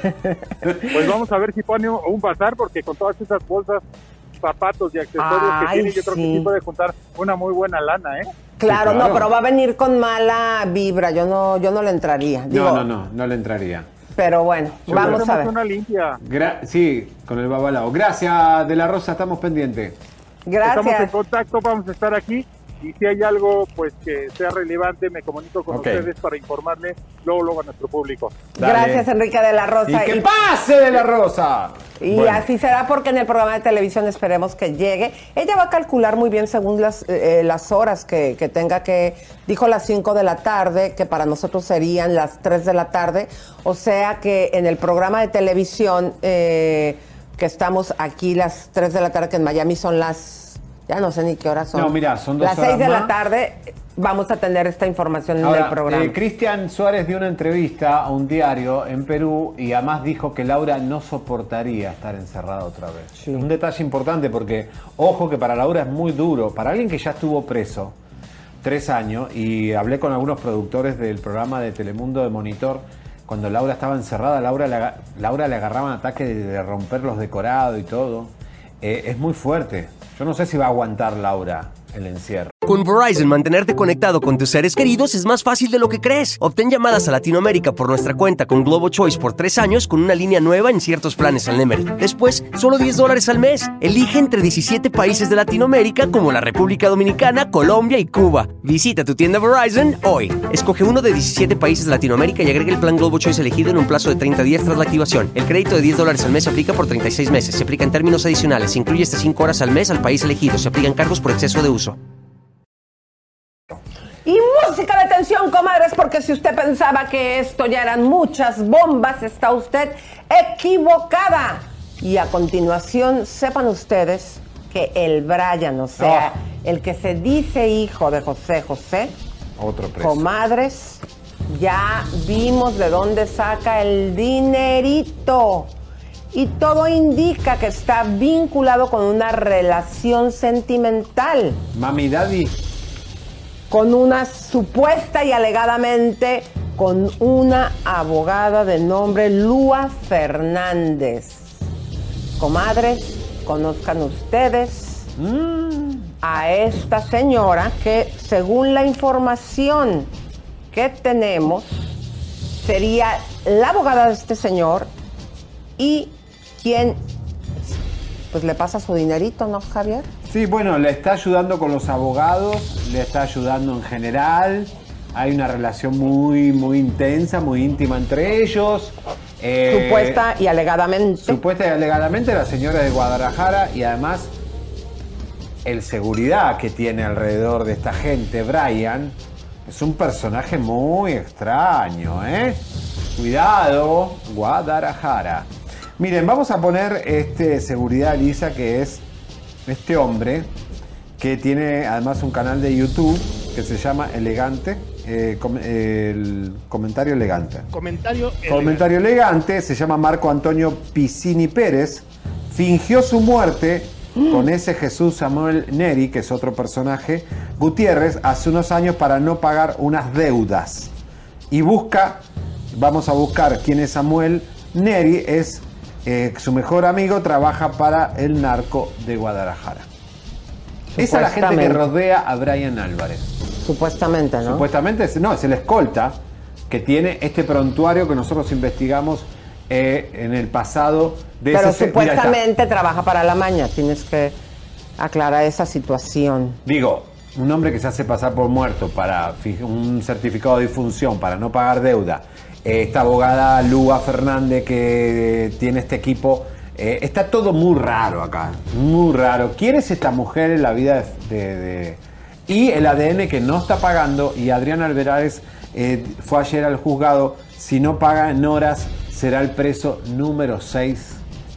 Pues vamos a ver si pone un, un bazar, porque con todas esas bolsas, zapatos y accesorios Ay, que tiene, yo creo que sí. sí puede juntar una muy buena lana, ¿eh? Claro, Sí, claro. no, pero va a venir con mala vibra. Yo no, yo no le entraría. Digo, no, no, no, no le entraría. Pero bueno, Yo vamos hacemos a ver. una limpia. Gra- sí, con el babalao. Gracias, De la Rosa, estamos pendientes. Estamos en Gracias. contacto, vamos a estar aquí. Y si hay algo pues que sea relevante, me comunico con Ok. ustedes para informarle luego, luego a nuestro público. Dale. Gracias, Enrique de la Rosa. ¡Y que pase, De la Rosa! Y Bueno. así será, porque en el programa de televisión esperemos que llegue. Ella va a calcular muy bien según las, eh, las horas que, que tenga que... Dijo las cinco de la tarde, que para nosotros serían las tres de la tarde. O sea que en el programa de televisión, eh, que estamos aquí las tres de la tarde, que en Miami son las... Ya no sé ni qué horas son. No, mira, son dos Las horas seis de la más. tarde vamos a tener esta información en Ahora, el programa. eh, Cristian Suárez dio una entrevista a un diario en Perú y además dijo que Laura no soportaría estar encerrada otra vez. Sí. Un detalle importante porque, ojo, que para Laura es muy duro. Para alguien que ya estuvo preso tres años, y hablé con algunos productores del programa de Telemundo de Monitor, cuando Laura estaba encerrada, Laura le, aga- Laura le agarraban ataques de, de romper los decorados y todo. Eh, es muy fuerte. Yo no sé si va a aguantar Laura el encierro. Con Verizon, mantenerte conectado con tus seres queridos es más fácil de lo que crees. Obtén llamadas a Latinoamérica por nuestra cuenta con Globo Choice por tres años con una línea nueva en ciertos planes al Nemery. Después, solo diez dólares al mes. Elige entre diecisiete países de Latinoamérica como la República Dominicana, Colombia y Cuba. Visita tu tienda Verizon hoy. Escoge uno de diecisiete países de Latinoamérica y agrega el plan Globo Choice elegido en un plazo de treinta días tras la activación. El crédito de diez dólares al mes se aplica por treinta y seis meses. Se aplica en términos adicionales. Se incluye hasta cinco horas al mes al país elegido. Se aplican cargos por exceso de uso. Y música de tensión, comadres, porque si usted pensaba que esto ya eran muchas bombas, está usted equivocada. Y a continuación, sepan ustedes que el Brian, o sea, el que se dice hijo de José José, Otro preso. comadres, ya vimos de dónde saca el dinerito. Y todo indica que está vinculado con una relación sentimental. Mami Daddy. Con una supuesta y alegadamente con una abogada de nombre Lua Fernández. Comadres, conozcan ustedes mm. a esta señora que, según la información que tenemos, sería la abogada de este señor y quien pues le pasa su dinerito, ¿no, Javier? Sí, bueno, le está ayudando con los abogados, le está ayudando en general. Hay una relación muy, muy intensa, muy íntima entre ellos. Eh, Supuesta y alegadamente. Supuesta y alegadamente la señora de Guadalajara, y además el seguridad que tiene alrededor de esta gente, Brian, es un personaje muy extraño, ¿eh? Cuidado, Guadalajara. Miren, vamos a poner este seguridad, Lisa, que es este hombre que tiene además un canal de YouTube que se llama Elegante, eh, com eh, el comentario elegante. Comentario elegante. Comentario elegante, se llama Marco Antonio Piscini Pérez, fingió su muerte con ese Jesús Samuel Neri, que es otro personaje, Gutiérrez, hace unos años para no pagar unas deudas. Y busca, vamos a buscar quién es Samuel Neri, es eh, su mejor amigo, trabaja para el narco de Guadalajara. Esa es la gente que rodea a Brian Álvarez. Supuestamente, ¿no? Supuestamente, no, es el escolta que tiene este prontuario que nosotros investigamos eh, en el pasado. De Pero ese, supuestamente mira, trabaja para la maña, tienes que aclarar esa situación. Digo, un hombre que se hace pasar por muerto para un certificado de difunción, para no pagar deuda. Eh, esta abogada Lua Fernández que tiene este equipo. Eh, está todo muy raro acá, muy raro. ¿Quién es esta mujer en la vida de, de, de... Y el A D N que no está pagando, y Adrián Álvarez eh, fue ayer al juzgado, si no paga en horas, será el preso número seis,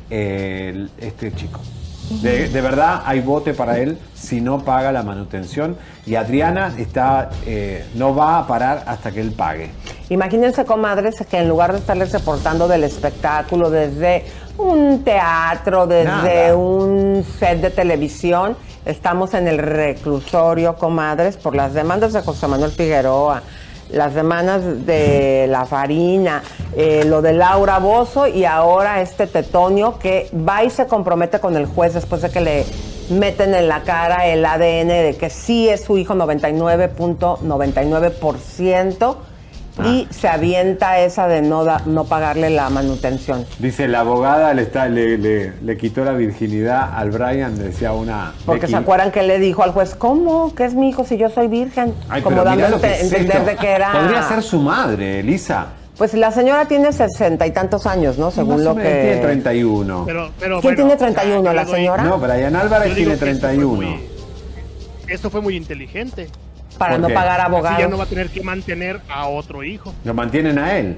eh, este chico. De, de verdad hay bote para él si no paga la manutención, y Adriana está, eh, no va a parar hasta que él pague. Imagínense, comadres, que en lugar de estarles reportando del espectáculo desde un teatro, desde Nada. un set de televisión, estamos en el reclusorio, comadres, por las demandas de José Manuel Figueroa, las demandas de La Farina, eh, lo de Laura Bozzo, y ahora este Tetonio que va y se compromete con el juez después de que le meten en la cara el A D N de que sí es su hijo noventa y nueve punto noventa y nueve por ciento. Ah. Y se avienta esa de no, da, no pagarle la manutención. Dice, la abogada le, está, le, le, le quitó la virginidad al Brian, decía una... Porque se acuerdan que le dijo al juez, ¿cómo? ¿Qué es mi hijo si yo soy virgen? Ay, como dando a entender de que era... Podría ser su madre, Elisa. Pues la señora tiene sesenta y tantos años, ¿no? Según lo que... Tiene treinta y uno. Pero, pero, ¿Quién bueno, tiene treinta y uno, la señora? No, Brian Álvarez tiene treinta y uno. Esto fue muy, esto fue muy inteligente. Para no pagar abogados. Así ya no va a tener que mantener a otro hijo. Lo mantienen a él.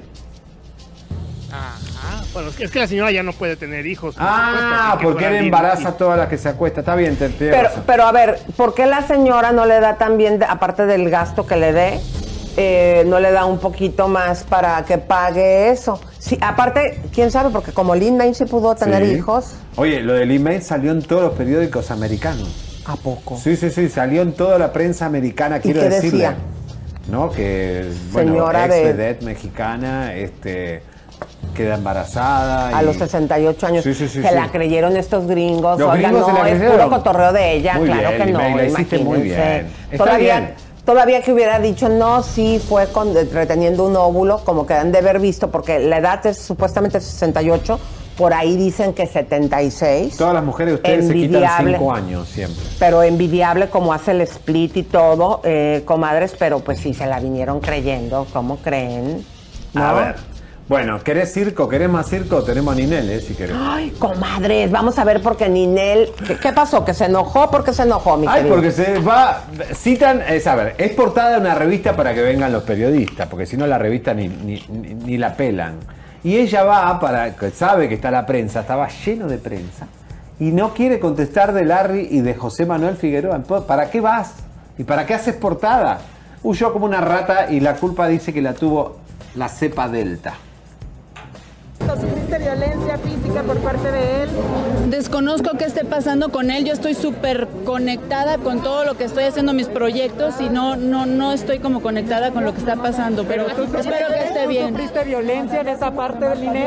Ajá. Bueno, es que, es que la señora ya no puede tener hijos. Por ah, supuesto, porque él embaraza a todas las que se acuesta. Está bien, te, te pero, pero a ver, ¿por qué la señora no le da también, aparte del gasto que le dé, eh, no le da un poquito más para que pague eso? Sí, aparte, quién sabe, porque como Lin May sí pudo tener sí. hijos. Oye, lo de Lin May salió en todos los periódicos americanos. ¿A poco? Sí, sí, sí, salió en toda la prensa americana, quiero ¿Y qué decirle. Decía? ¿No? Que, bueno, Señora ex de... vedette mexicana, este, queda embarazada. A y... los sesenta y ocho años. Sí, sí, sí, se sí. la creyeron estos gringos. Los Oigan, gringos no, se la es creyeron. puro cotorreo de ella, muy claro bien, que no, May, la hiciste muy bien. Está Todavía, bien. todavía que hubiera dicho, no, sí, fue con, reteniendo un óvulo, como que han de haber visto, porque la edad es supuestamente sesenta y ocho, por ahí dicen que setenta y seis. Todas las mujeres de ustedes envidiable, se quitan cinco años siempre. Pero envidiable como hace el split y todo, eh, comadres, pero pues sí, se la vinieron creyendo, ¿cómo creen? ¿No? A ver, bueno, ¿querés circo? ¿Querés más circo? Tenemos a Ninel, ¿eh? Si querés. Ay, comadres, vamos a ver porque Ninel... ¿Qué, qué pasó? ¿Que se enojó? ¿Por qué se enojó, mi Ay, querido? porque se va... Citan... Es, a ver, es portada de una revista para que vengan los periodistas, porque si no la revista ni, ni, ni, ni la pelan. Y ella va para... Sabe que está la prensa, estaba lleno de prensa, y no quiere contestar de Larry y de José Manuel Figueroa. ¿Para qué vas? ¿Y para qué haces portada? Huyó como una rata y la culpa dice que la tuvo la cepa Delta. ¿Sufriste violencia física por parte de él? Desconozco qué esté pasando con él. Yo estoy súper conectada con todo lo que estoy haciendo, mis proyectos, y no, no, no estoy como conectada con lo que está pasando, pero, pero tú, espero que esté bien. ¿Sufriste violencia en esa parte del Ninel?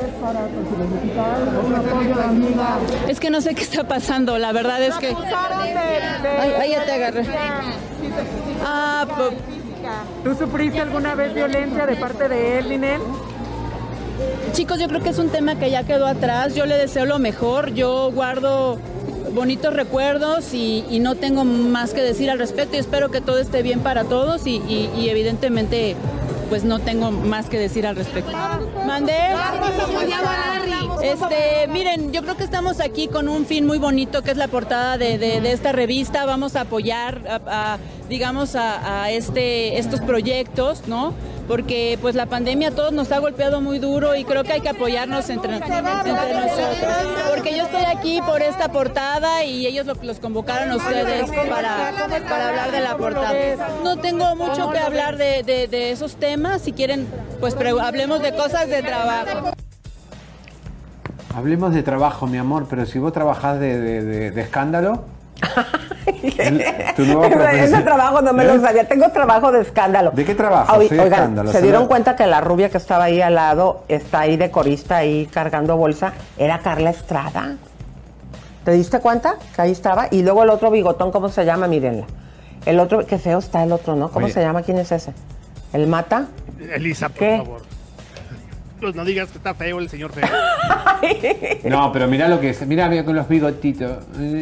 Es que no sé qué está pasando, la verdad es que... Ay, ay, ya te agarré. Ah, pues... ¿Tú sufriste alguna vez violencia de parte de él, Ninel? Chicos, yo creo que es un tema que ya quedó atrás. Yo le deseo lo mejor. Yo guardo bonitos recuerdos y, y no tengo más que decir al respecto, y espero que todo esté bien para todos, y, y, y evidentemente pues no tengo más que decir al respecto. ¿Mandé? Este, miren, yo creo que estamos aquí con un fin muy bonito, que es la portada de, de, de esta revista. Vamos a apoyar, a, a, digamos, a, a este, estos proyectos, ¿no? porque pues la pandemia a todos nos ha golpeado muy duro y creo que hay que apoyarnos entre, entre nosotros. Porque yo estoy aquí por esta portada y ellos lo, los convocaron a ustedes para, para hablar de la portada. No tengo mucho que hablar de, de, de esos temas, si quieren pues pre- hablemos de cosas de trabajo. Hablemos de trabajo, mi amor, pero si vos trabajás de, de, de, de escándalo... el, tu nueva Ese trabajo no me ¿Eh? lo sabía. Tengo trabajo de escándalo. ¿De qué trabajo? Oigan, Sí, escándalo. ¿se dieron cuenta que la rubia que estaba ahí al lado está ahí de corista, ahí cargando bolsa? Era Carla Estrada. ¿Te diste cuenta? Que ahí estaba. Y luego el otro bigotón, ¿cómo se llama? Mírenla. El otro, qué feo está el otro, ¿no? ¿Cómo Oye. se llama? ¿Quién es ese? ¿El Mata? Elisa, por ¿Qué? favor. Pues no digas que está feo el señor feo. No, pero mirá lo que es. Mirá, mirá con los bigotitos.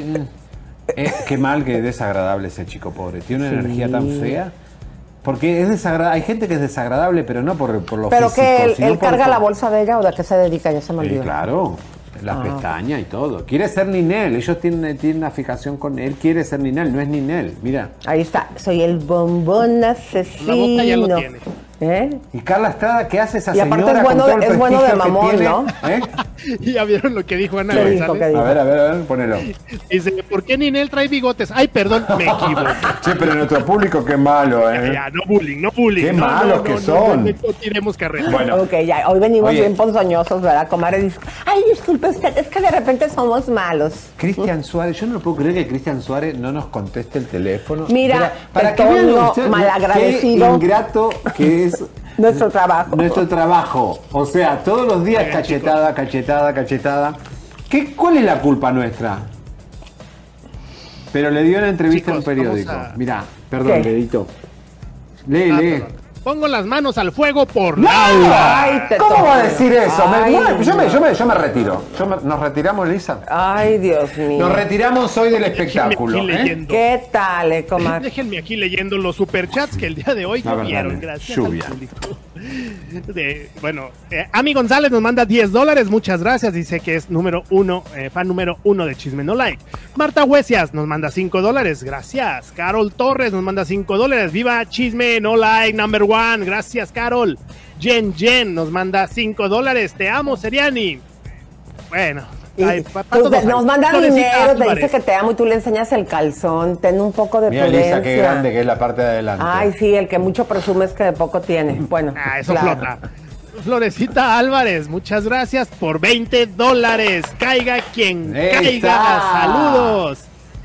Eh, qué mal, que desagradable ese chico pobre. Tiene una Sí. energía tan fea. Porque es desagradable. Hay gente que es desagradable, pero no por, por lo ¿Pero físico. que él, sino él por- carga por- la bolsa de ella o de qué se dedica? Ya se me Sí, olvidó. claro. Las Ah. pestañas y todo. Quiere ser Ninel. Ellos tienen, tienen una fijación con él. Quiere ser Ninel, no es Ninel. Mira. Ahí está. Soy el bombón asesino. La boca ya lo tiene. ¿Eh? Y Carla Estrada, ¿qué hace esa Y aparte señora es bueno con todo de- el es bueno de prestigio que mamón, tiene? ¿no? ¿Eh? Y ya vieron lo que dijo Ana ¿Qué dijo? González. ¿Qué dijo? A ver, a ver, a ver, ponelo. Dice, ¿por qué Ninel trae bigotes? Ay, perdón, me equivoco. Sí, pero nuestro público, qué malo, ¿eh? Ya, no bullying, no bullying. Qué no, malos no, que no, son. No, no, no tiremos carrera. Bueno. Ok, ya, hoy venimos Oye. bien ponzoñosos, ¿verdad, comadre? Dice, ay, disculpe usted, es que de repente somos malos. Cristian Suárez, yo no puedo creer que Cristian Suárez no nos conteste el teléfono. Mira, para que Petonio, vean ustedes malagradecido. qué ingrato que es Nuestro trabajo. nuestro trabajo. O sea, todos los días cachetada, cachetada, cachetada. ¿Qué, ¿Cuál es la culpa nuestra? Pero le dio una entrevista Chicos, en un periódico. vamos a- Mirá, perdón, ¿Qué? Dedito. Lee, Ah, lee. perdón. Pongo las manos al fuego por ¡No! Laura. Ay, te ¿Cómo va a tomo. decir eso? Me- Ay, no, yo, me, no. yo, me, yo me retiro. Yo me- ¿Nos retiramos, Lisa? Ay, Dios mío. Nos retiramos hoy del espectáculo. Déjenme aquí ¿eh? leyendo. ¿Qué tal, eh, comadre? Déjenme aquí leyendo los superchats que el día de hoy A ver, comieron. dale. Gracias Lluvia. al público. De- bueno, eh, Ami González nos manda diez dólares. Muchas gracias. Dice que es número uno, eh, fan número uno de Chisme No Like. Marta Huesias nos manda cinco dólares. Gracias. Carol Torres nos manda cinco dólares. Viva Chisme No Like number one. Gracias, Carol. Jen Jen nos manda cinco dólares. Te amo, Seriani. Bueno. Y ay, pa- pa- tú todos te- nos hay. manda Florecita dinero, te Álvarez. dice que te amo y tú le enseñas el calzón. Ten un poco de Mira, prudencia. Lisa, qué grande que es la parte de adelante. Ay, sí, el que mucho presume es que de poco tiene. Bueno, Ah, eso claro. flota. Florecita Álvarez, muchas gracias por veinte dólares. Caiga quien ¡Esa! caiga. Saludos.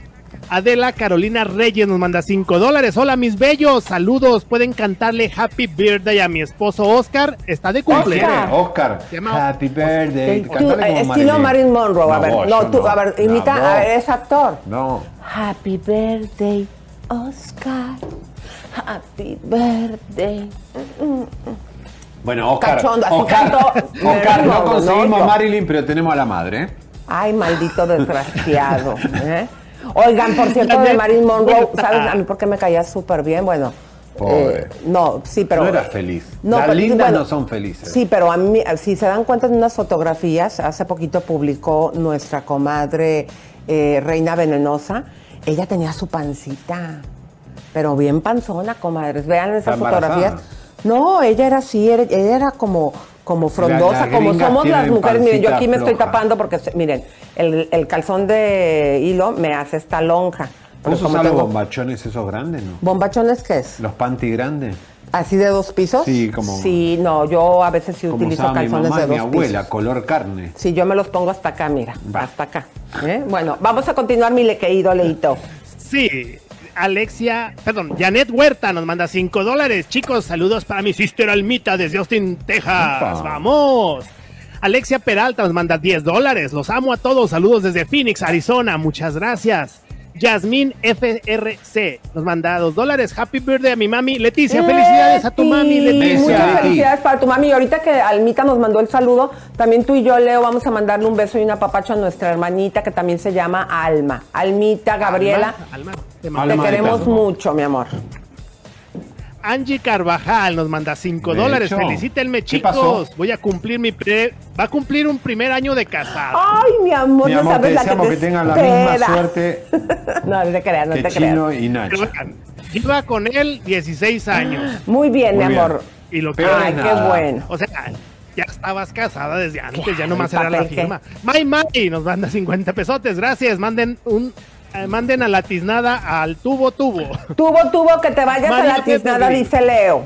Adela Carolina Reyes nos manda cinco dólares. Hola, mis bellos. Saludos. Pueden cantarle Happy Birthday a mi esposo Oscar. Está de cumple. Oscar. Oscar, Se llama- Happy Birthday. Tú, Cántale como eh, estilo Marilyn Monroe, a ver, vos, no, yo tú, a ver, No, imita, vos. a ver, es actor. No. Happy birthday, Oscar. Happy birthday. Mm, mm, mm. Bueno, Oscar, Cachondo, así Oscar, canto. Oscar, no No, conseguimos no, yo. Marilyn, pero tenemos a la madre, ¿eh? Ay, maldito desgraciado. ¿eh? Oigan, por cierto, de Janet Marilyn Monroe, Huerta. ¿sabes a mí por qué me caía súper bien? Bueno, Pobre. eh, no, sí, pero... no era feliz. no, Las pero- lindas bueno, no son felices. Sí, pero a mí, si se dan cuenta de unas fotografías, hace poquito publicó nuestra comadre eh, Reina Venenosa, ella tenía su pancita, pero bien panzona, comadres. Vean esas ¿Está embarazada? fotografías. No, ella era así, era- ella era como, como frondosa, las como gringas somos las tienen mujeres. Miren, yo aquí me pancita estoy floja. tapando porque, se- miren, el, el calzón de hilo me hace esta lonja. Pero ¿Vos como usás los tengo- bombachones esos grandes, no? ¿Bombachones qué es? ¿Los panty grandes? ¿Así de dos pisos? Sí, como- Sí, no, yo a veces sí Como utilizo usaba mi calzones mamá de y mi dos abuela, pisos. color carne. Sí, yo me los pongo hasta acá, mira, Va. hasta acá. ¿eh? Bueno, vamos a continuar, mi lequeído, leíto. Sí. Alexia, perdón, Janet Huerta nos manda cinco dólares. Chicos, saludos para mi sister Almita desde Austin, Texas. Opa. ¡Vamos! Alexia Peralta nos manda diez dólares. Los amo a todos. Saludos desde Phoenix, Arizona. Muchas gracias. Yasmín F R C nos manda dos dólares. Happy birthday a mi mami Leticia. Felicidades a tu mami Leti, Leticia. Muchas Leti. felicidades para tu mami. Y ahorita que Almita nos mandó el saludo, también tú y yo, Leo, vamos a mandarle un beso y un apapacho a nuestra hermanita que también se llama Alma. Almita, Gabriela, Alma, Alma, te te mando- Alma de queremos Tazo. mucho, mi amor. Angie Carvajal nos manda cinco De dólares. hecho. Felicítenme, ¿Qué chicos. pasó? Voy a cumplir mi pre... Va a cumplir un primer año de casado. Ay, mi amor, Mi no amor, te sabes la que deseamos te que tengan la misma espera. suerte No, no te creas, no que te creas. Chino y Nacho. Lleva con él dieciséis años. Muy bien, Muy mi bien. amor. Y lo que Ay, qué bueno. O sea, ya estabas casada desde antes, ya Claro, nomás ¿el era la papel qué? firma. May May nos manda cincuenta pesotes, gracias. Manden un eh, manden a la tiznada al tubo tubo. Tubo, tubo, que te vayas María a la tiznada, Beverly. dice Leo.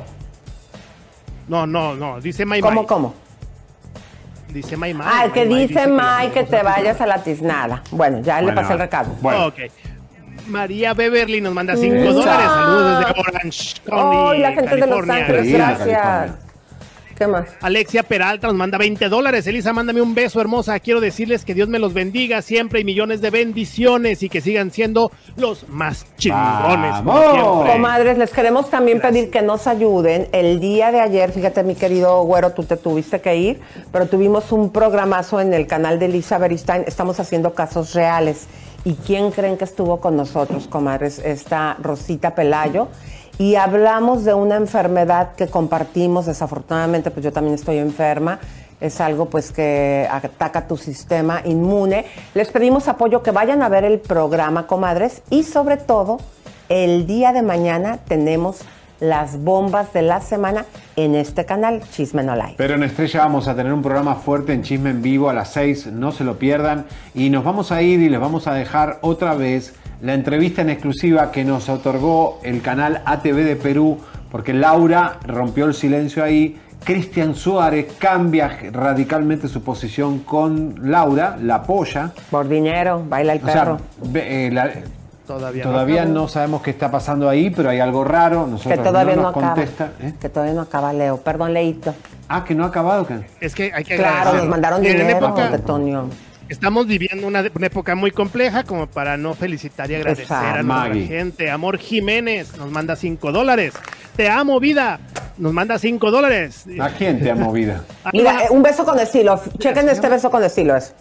No, no, no, dice May ¿Cómo, May. cómo? Dice May May. Ah, el que May May dice que May lo- que te vayas a la tiznada. Bueno, ya le Bueno, pasé el recado. Ok. María Beverly nos manda cinco Esa. dólares. Saludos desde Orange County, Ay, la gente de Los California. Ángeles, gracias. ¿Qué más? Alexia Peralta nos manda veinte dólares. Elisa, mándame un beso, hermosa. Quiero decirles que Dios me los bendiga siempre y millones de bendiciones y que sigan siendo los más chingones. como siempre. Comadres, les queremos también pedir que nos ayuden. El día de ayer, fíjate, mi querido güero, tú te tuviste que ir, pero tuvimos un programazo en el canal de Elisa Beristain. Estamos haciendo casos reales. ¿Y quién creen que estuvo con nosotros, comadres? Esta Rosita Pelayo. Y hablamos de una enfermedad que compartimos. Desafortunadamente, pues yo también estoy enferma. Es algo pues que ataca tu sistema inmune. Les pedimos apoyo, que vayan a ver el programa, comadres. Y sobre todo, el día de mañana tenemos las bombas de la semana en este canal, Chisme No Like. Pero en Estrella vamos a tener un programa fuerte en Chisme en Vivo a las seis, no se lo pierdan. Y nos vamos a ir y les vamos a dejar otra vez la entrevista en exclusiva que nos otorgó el canal A T V de Perú, porque Laura rompió el silencio ahí. Cristian Suárez cambia radicalmente su posición con Laura, la apoya. Por dinero, baila el O sea, perro. ve- eh, la- Todavía, todavía no. no sabemos qué está pasando ahí, pero hay algo raro. Que Nosotros todavía no no, nos acaba. contesta. ¿eh? Que todavía no acaba, Leo. Perdón, Leito. Ah, que no ha acabado. ¿qué? Es que hay que Claro, agradecer. nos mandaron En dinero, época- de Tonio. Estamos viviendo una, una época muy compleja como para no felicitar y agradecer Exacto. a nuestra Maggie. gente. Amor Jiménez nos manda cinco dólares. Te amo, vida. Nos manda cinco dólares. ¿A quién te amo, vida? Mira, eh, un beso con estilo. Chequen este beso con estilo. Es.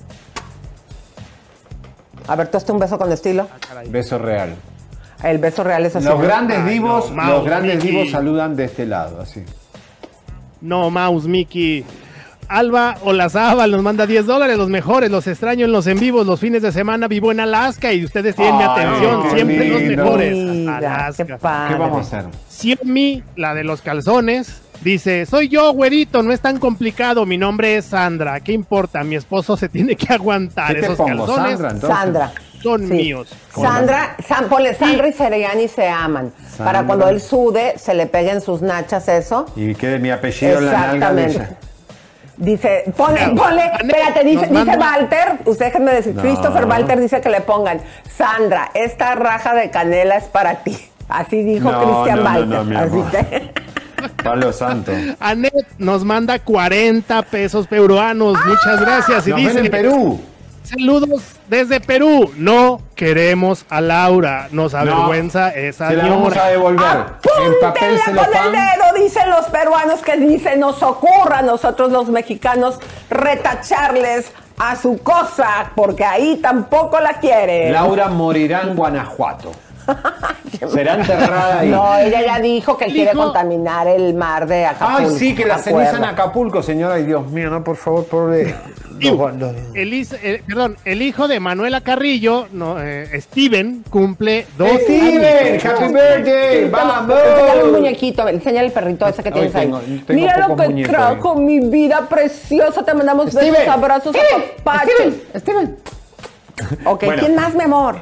A ver, tú este un beso con estilo. Beso real. El beso real es así. Los ¿no? grandes Ay, divos, no, Mau, los grandes Miki. divos saludan de este lado, así. No, Mouse, Mickey. Alba Olazábal nos manda diez dólares, los mejores, los extraño en los en vivos, los fines de semana vivo en Alaska y ustedes tienen mi Ay, atención, qué siempre los lindo. mejores. Mira, Alaska. qué padre. ¿Qué vamos a hacer? Xiaomi, la de los calzones, dice, soy yo, güerito, no es tan complicado, mi nombre es Sandra, ¿qué importa? Mi esposo se tiene que aguantar, ¿Qué te esos pongo, calzones Sandra, entonces? Sandra. son Sí. míos. Sandra, San, ponle Sandra y Seriani se aman. Sandra. Para cuando él sude, se le peguen sus nachas eso. Y quede mi apellido en la nalga de ella. Dice, ponle, ponle, espérate, dice, nos manda- dice Walter, usted déjenme decir, No. Christopher Walter dice que le pongan, Sandra, esta raja de canela es para ti. Así dijo No, Christian no, no, Walter. no, mi Así amor. que, Palo santo. Anet nos manda cuarenta pesos peruanos, muchas gracias. Y Nos ven dice, en Perú. saludos desde Perú, no queremos a Laura, nos avergüenza esa Se la vamos a señora. devolver. En papel apúntenle con el celofán. dedo, dicen los peruanos, que ni se nos ocurra a nosotros los mexicanos retacharles a su cosa, porque ahí tampoco la quieren. Laura morirá en Guanajuato. Será enterrada ahí. No, ella ya dijo que quiere Dijo- contaminar el mar de Acapulco. Ay, sí, que la ¿acuerda? ceniza en Acapulco, señora. Ay, Dios mío, no, por favor, pobre. Iu, el, is- el- perdón, el hijo de Manuela Carrillo, no, eh, Steven, cumple dos ¡Steven! años. ¡Happy birthday! ¡Vamos! Enséñale un muñequito, enséñale el perrito ese que Hoy tienes tengo- ahí. tengo Mira lo pocos que muñecos trajo mi vida preciosa. Te mandamos besos, Steven, abrazos, Steven, apapachos. Steven, Ok, Bueno. ¿quién más, mi amor?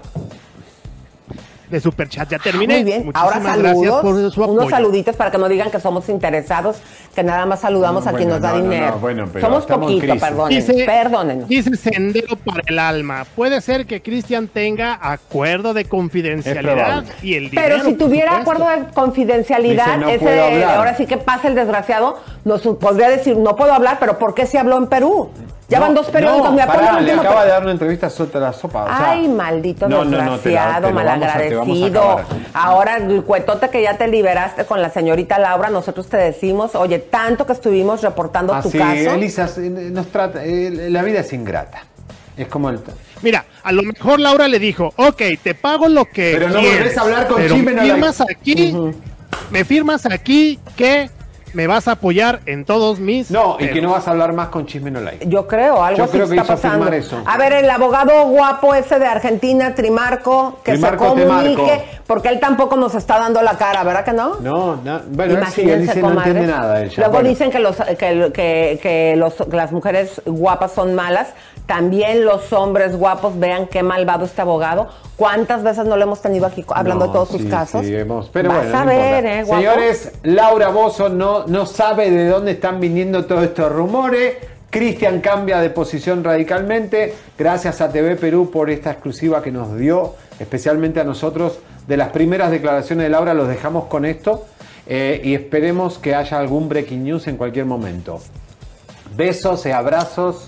De Superchat, ya terminé. Muy bien, Muchísimas ahora gracias saludos, por su apoyo. unos saluditos para que no digan que somos interesados, que nada más saludamos No, a quien bueno, nos da no, no, dinero. no, bueno, pero somos estamos en poquito, crisis. perdónenos, Dice- perdónenos. Dice Sendero para el Alma. Puede ser que Cristian tenga acuerdo de Es confidencialidad probable. y el dinero. Pero si por tuviera supuesto. acuerdo de confidencialidad, Dice, no ese, puedo hablar. ahora sí que pasa el desgraciado, nos podría decir, no puedo hablar, pero ¿por qué se habló en Perú? Ya van dos periódicos, no, me acuerdo pará, el le último, acaba pero- de dar una entrevista sota la sopa. O sea, Ay, maldito no, no, no, te la- desgraciado, te lo vamos a- te vamos a malagradecido. acabar. Ahora, el cuetote que ya te liberaste con la señorita Laura, nosotros te decimos, oye, tanto que estuvimos reportando tu Así, caso. Elisa, eh, nos trata, eh, la vida es ingrata. Es como el... Mira, a lo mejor Laura le dijo, ok, te pago lo que Pero no quieres, volvés a hablar con pero Chisme No firmas Like. aquí, me firmas aquí que me vas a apoyar en todos mis... No, y que no vas a hablar más con Chisme No Like. Yo creo, algo Yo así creo que está hizo pasando. firmar eso. A ver, el abogado guapo ese de Argentina, Trimarco, que Trimarco, se comunique, Temarco. porque él tampoco nos está dando la cara, ¿verdad que no? No, no, bueno, él sí, él Imagínense, dice no comadres. entiende nada. Él ya. Luego Bueno. dicen que, los, que, que, que los, que las mujeres guapas son malas. También los hombres guapos, vean qué malvado este abogado. ¿Cuántas veces no lo hemos tenido aquí hablando No, de todos sí, sus casos? sí, hemos- pero Vas bueno, a no ver, importa. ¿eh, guapo? Señores, Laura Bozzo no, no sabe de dónde están viniendo todos estos rumores. Cristian cambia de posición radicalmente. Gracias a T V Perú por esta exclusiva que nos dio, especialmente a nosotros, de las primeras declaraciones de Laura. Los dejamos con esto eh, y esperemos que haya algún breaking news en cualquier momento. Besos y abrazos.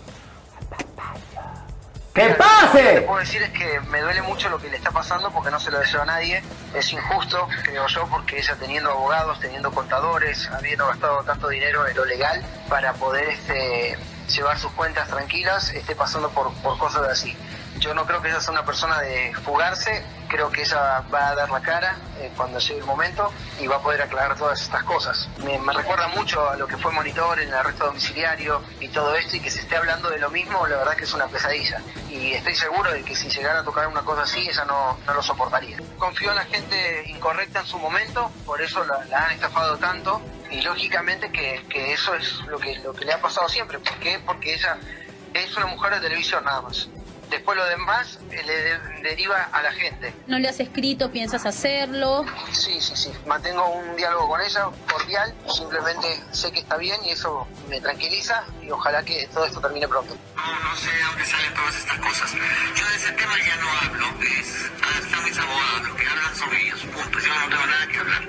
¡Que Mira, pase! Lo que te puedo decir es que me duele mucho lo que le está pasando porque no se lo deseo a nadie. Es injusto, creo yo, porque ella teniendo abogados, teniendo contadores, habiendo gastado tanto dinero en lo legal para poder este, llevar sus cuentas tranquilas, esté pasando por, por cosas así. Yo no creo que ella sea una persona de fugarse, creo que ella va a dar la cara eh, cuando llegue el momento y va a poder aclarar todas estas cosas. Me, me recuerda mucho a lo que fue Monitor en el arresto domiciliario y todo esto, y que se esté hablando de lo mismo, la verdad que es una pesadilla. Y estoy seguro de que si llegara a tocar una cosa así, ella no, no lo soportaría. Confío en la gente incorrecta en su momento, por eso la, la han estafado tanto, y lógicamente que, que eso es lo que, lo que le ha pasado siempre. ¿Por qué? Porque ella es una mujer de televisión nada más. Después lo demás eh, le de- deriva a la gente. ¿No le has escrito? ¿Piensas hacerlo? Sí, sí, sí. Mantengo un diálogo con ella, cordial. Simplemente sé que está bien y eso me tranquiliza y ojalá que todo esto termine pronto. No sé a dónde salen todas estas cosas. Yo de ese tema ya no hablo. Es, ah, están mis abogados, los que hablan son ellos. Punto. Yo no tengo nada que hablar.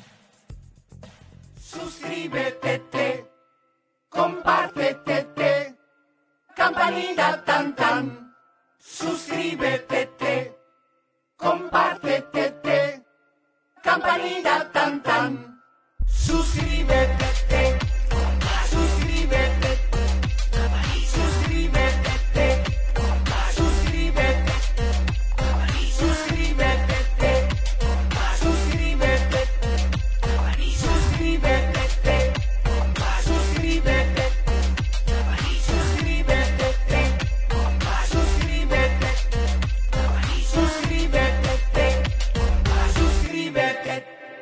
Suscríbete, te, compártete, te, campanita tan tan. Suscríbete, te, compártete, te, campanita tan tan. Suscríbete, te, suscríbete, suscríbete, te, suscríbete, suscríbete, te, suscríbete, suscríbete, te, suscríbete, suscríbete, te, suscríbete, suscríbete, suscríbete.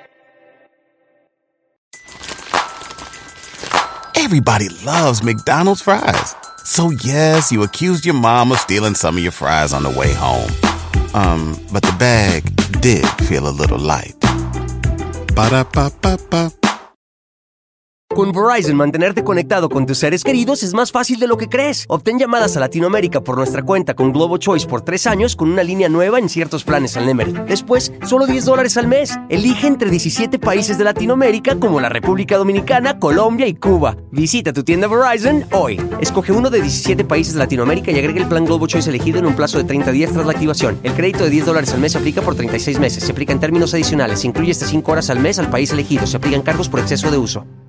Everybody loves McDonald's fries. So yes, you accused your mom of stealing some of your fries on the way home. Um, but the bag did feel a little light. Ba-da-ba-ba-ba. Con Verizon, mantenerte conectado con tus seres queridos es más fácil de lo que crees. Obtén llamadas a Latinoamérica por nuestra cuenta con Globo Choice por tres años con una línea nueva en ciertos planes al Nemery. Después, solo diez dólares al mes. Elige entre diecisiete países de Latinoamérica como la República Dominicana, Colombia y Cuba. Visita tu tienda Verizon hoy. Escoge uno de diecisiete países de Latinoamérica y agrega el plan Globo Choice elegido en un plazo de treinta días tras la activación. El crédito de diez dólares al mes se aplica por treinta y seis meses. Se aplica en términos adicionales. Se incluye hasta cinco horas al mes al país elegido. Se aplican cargos por exceso de uso.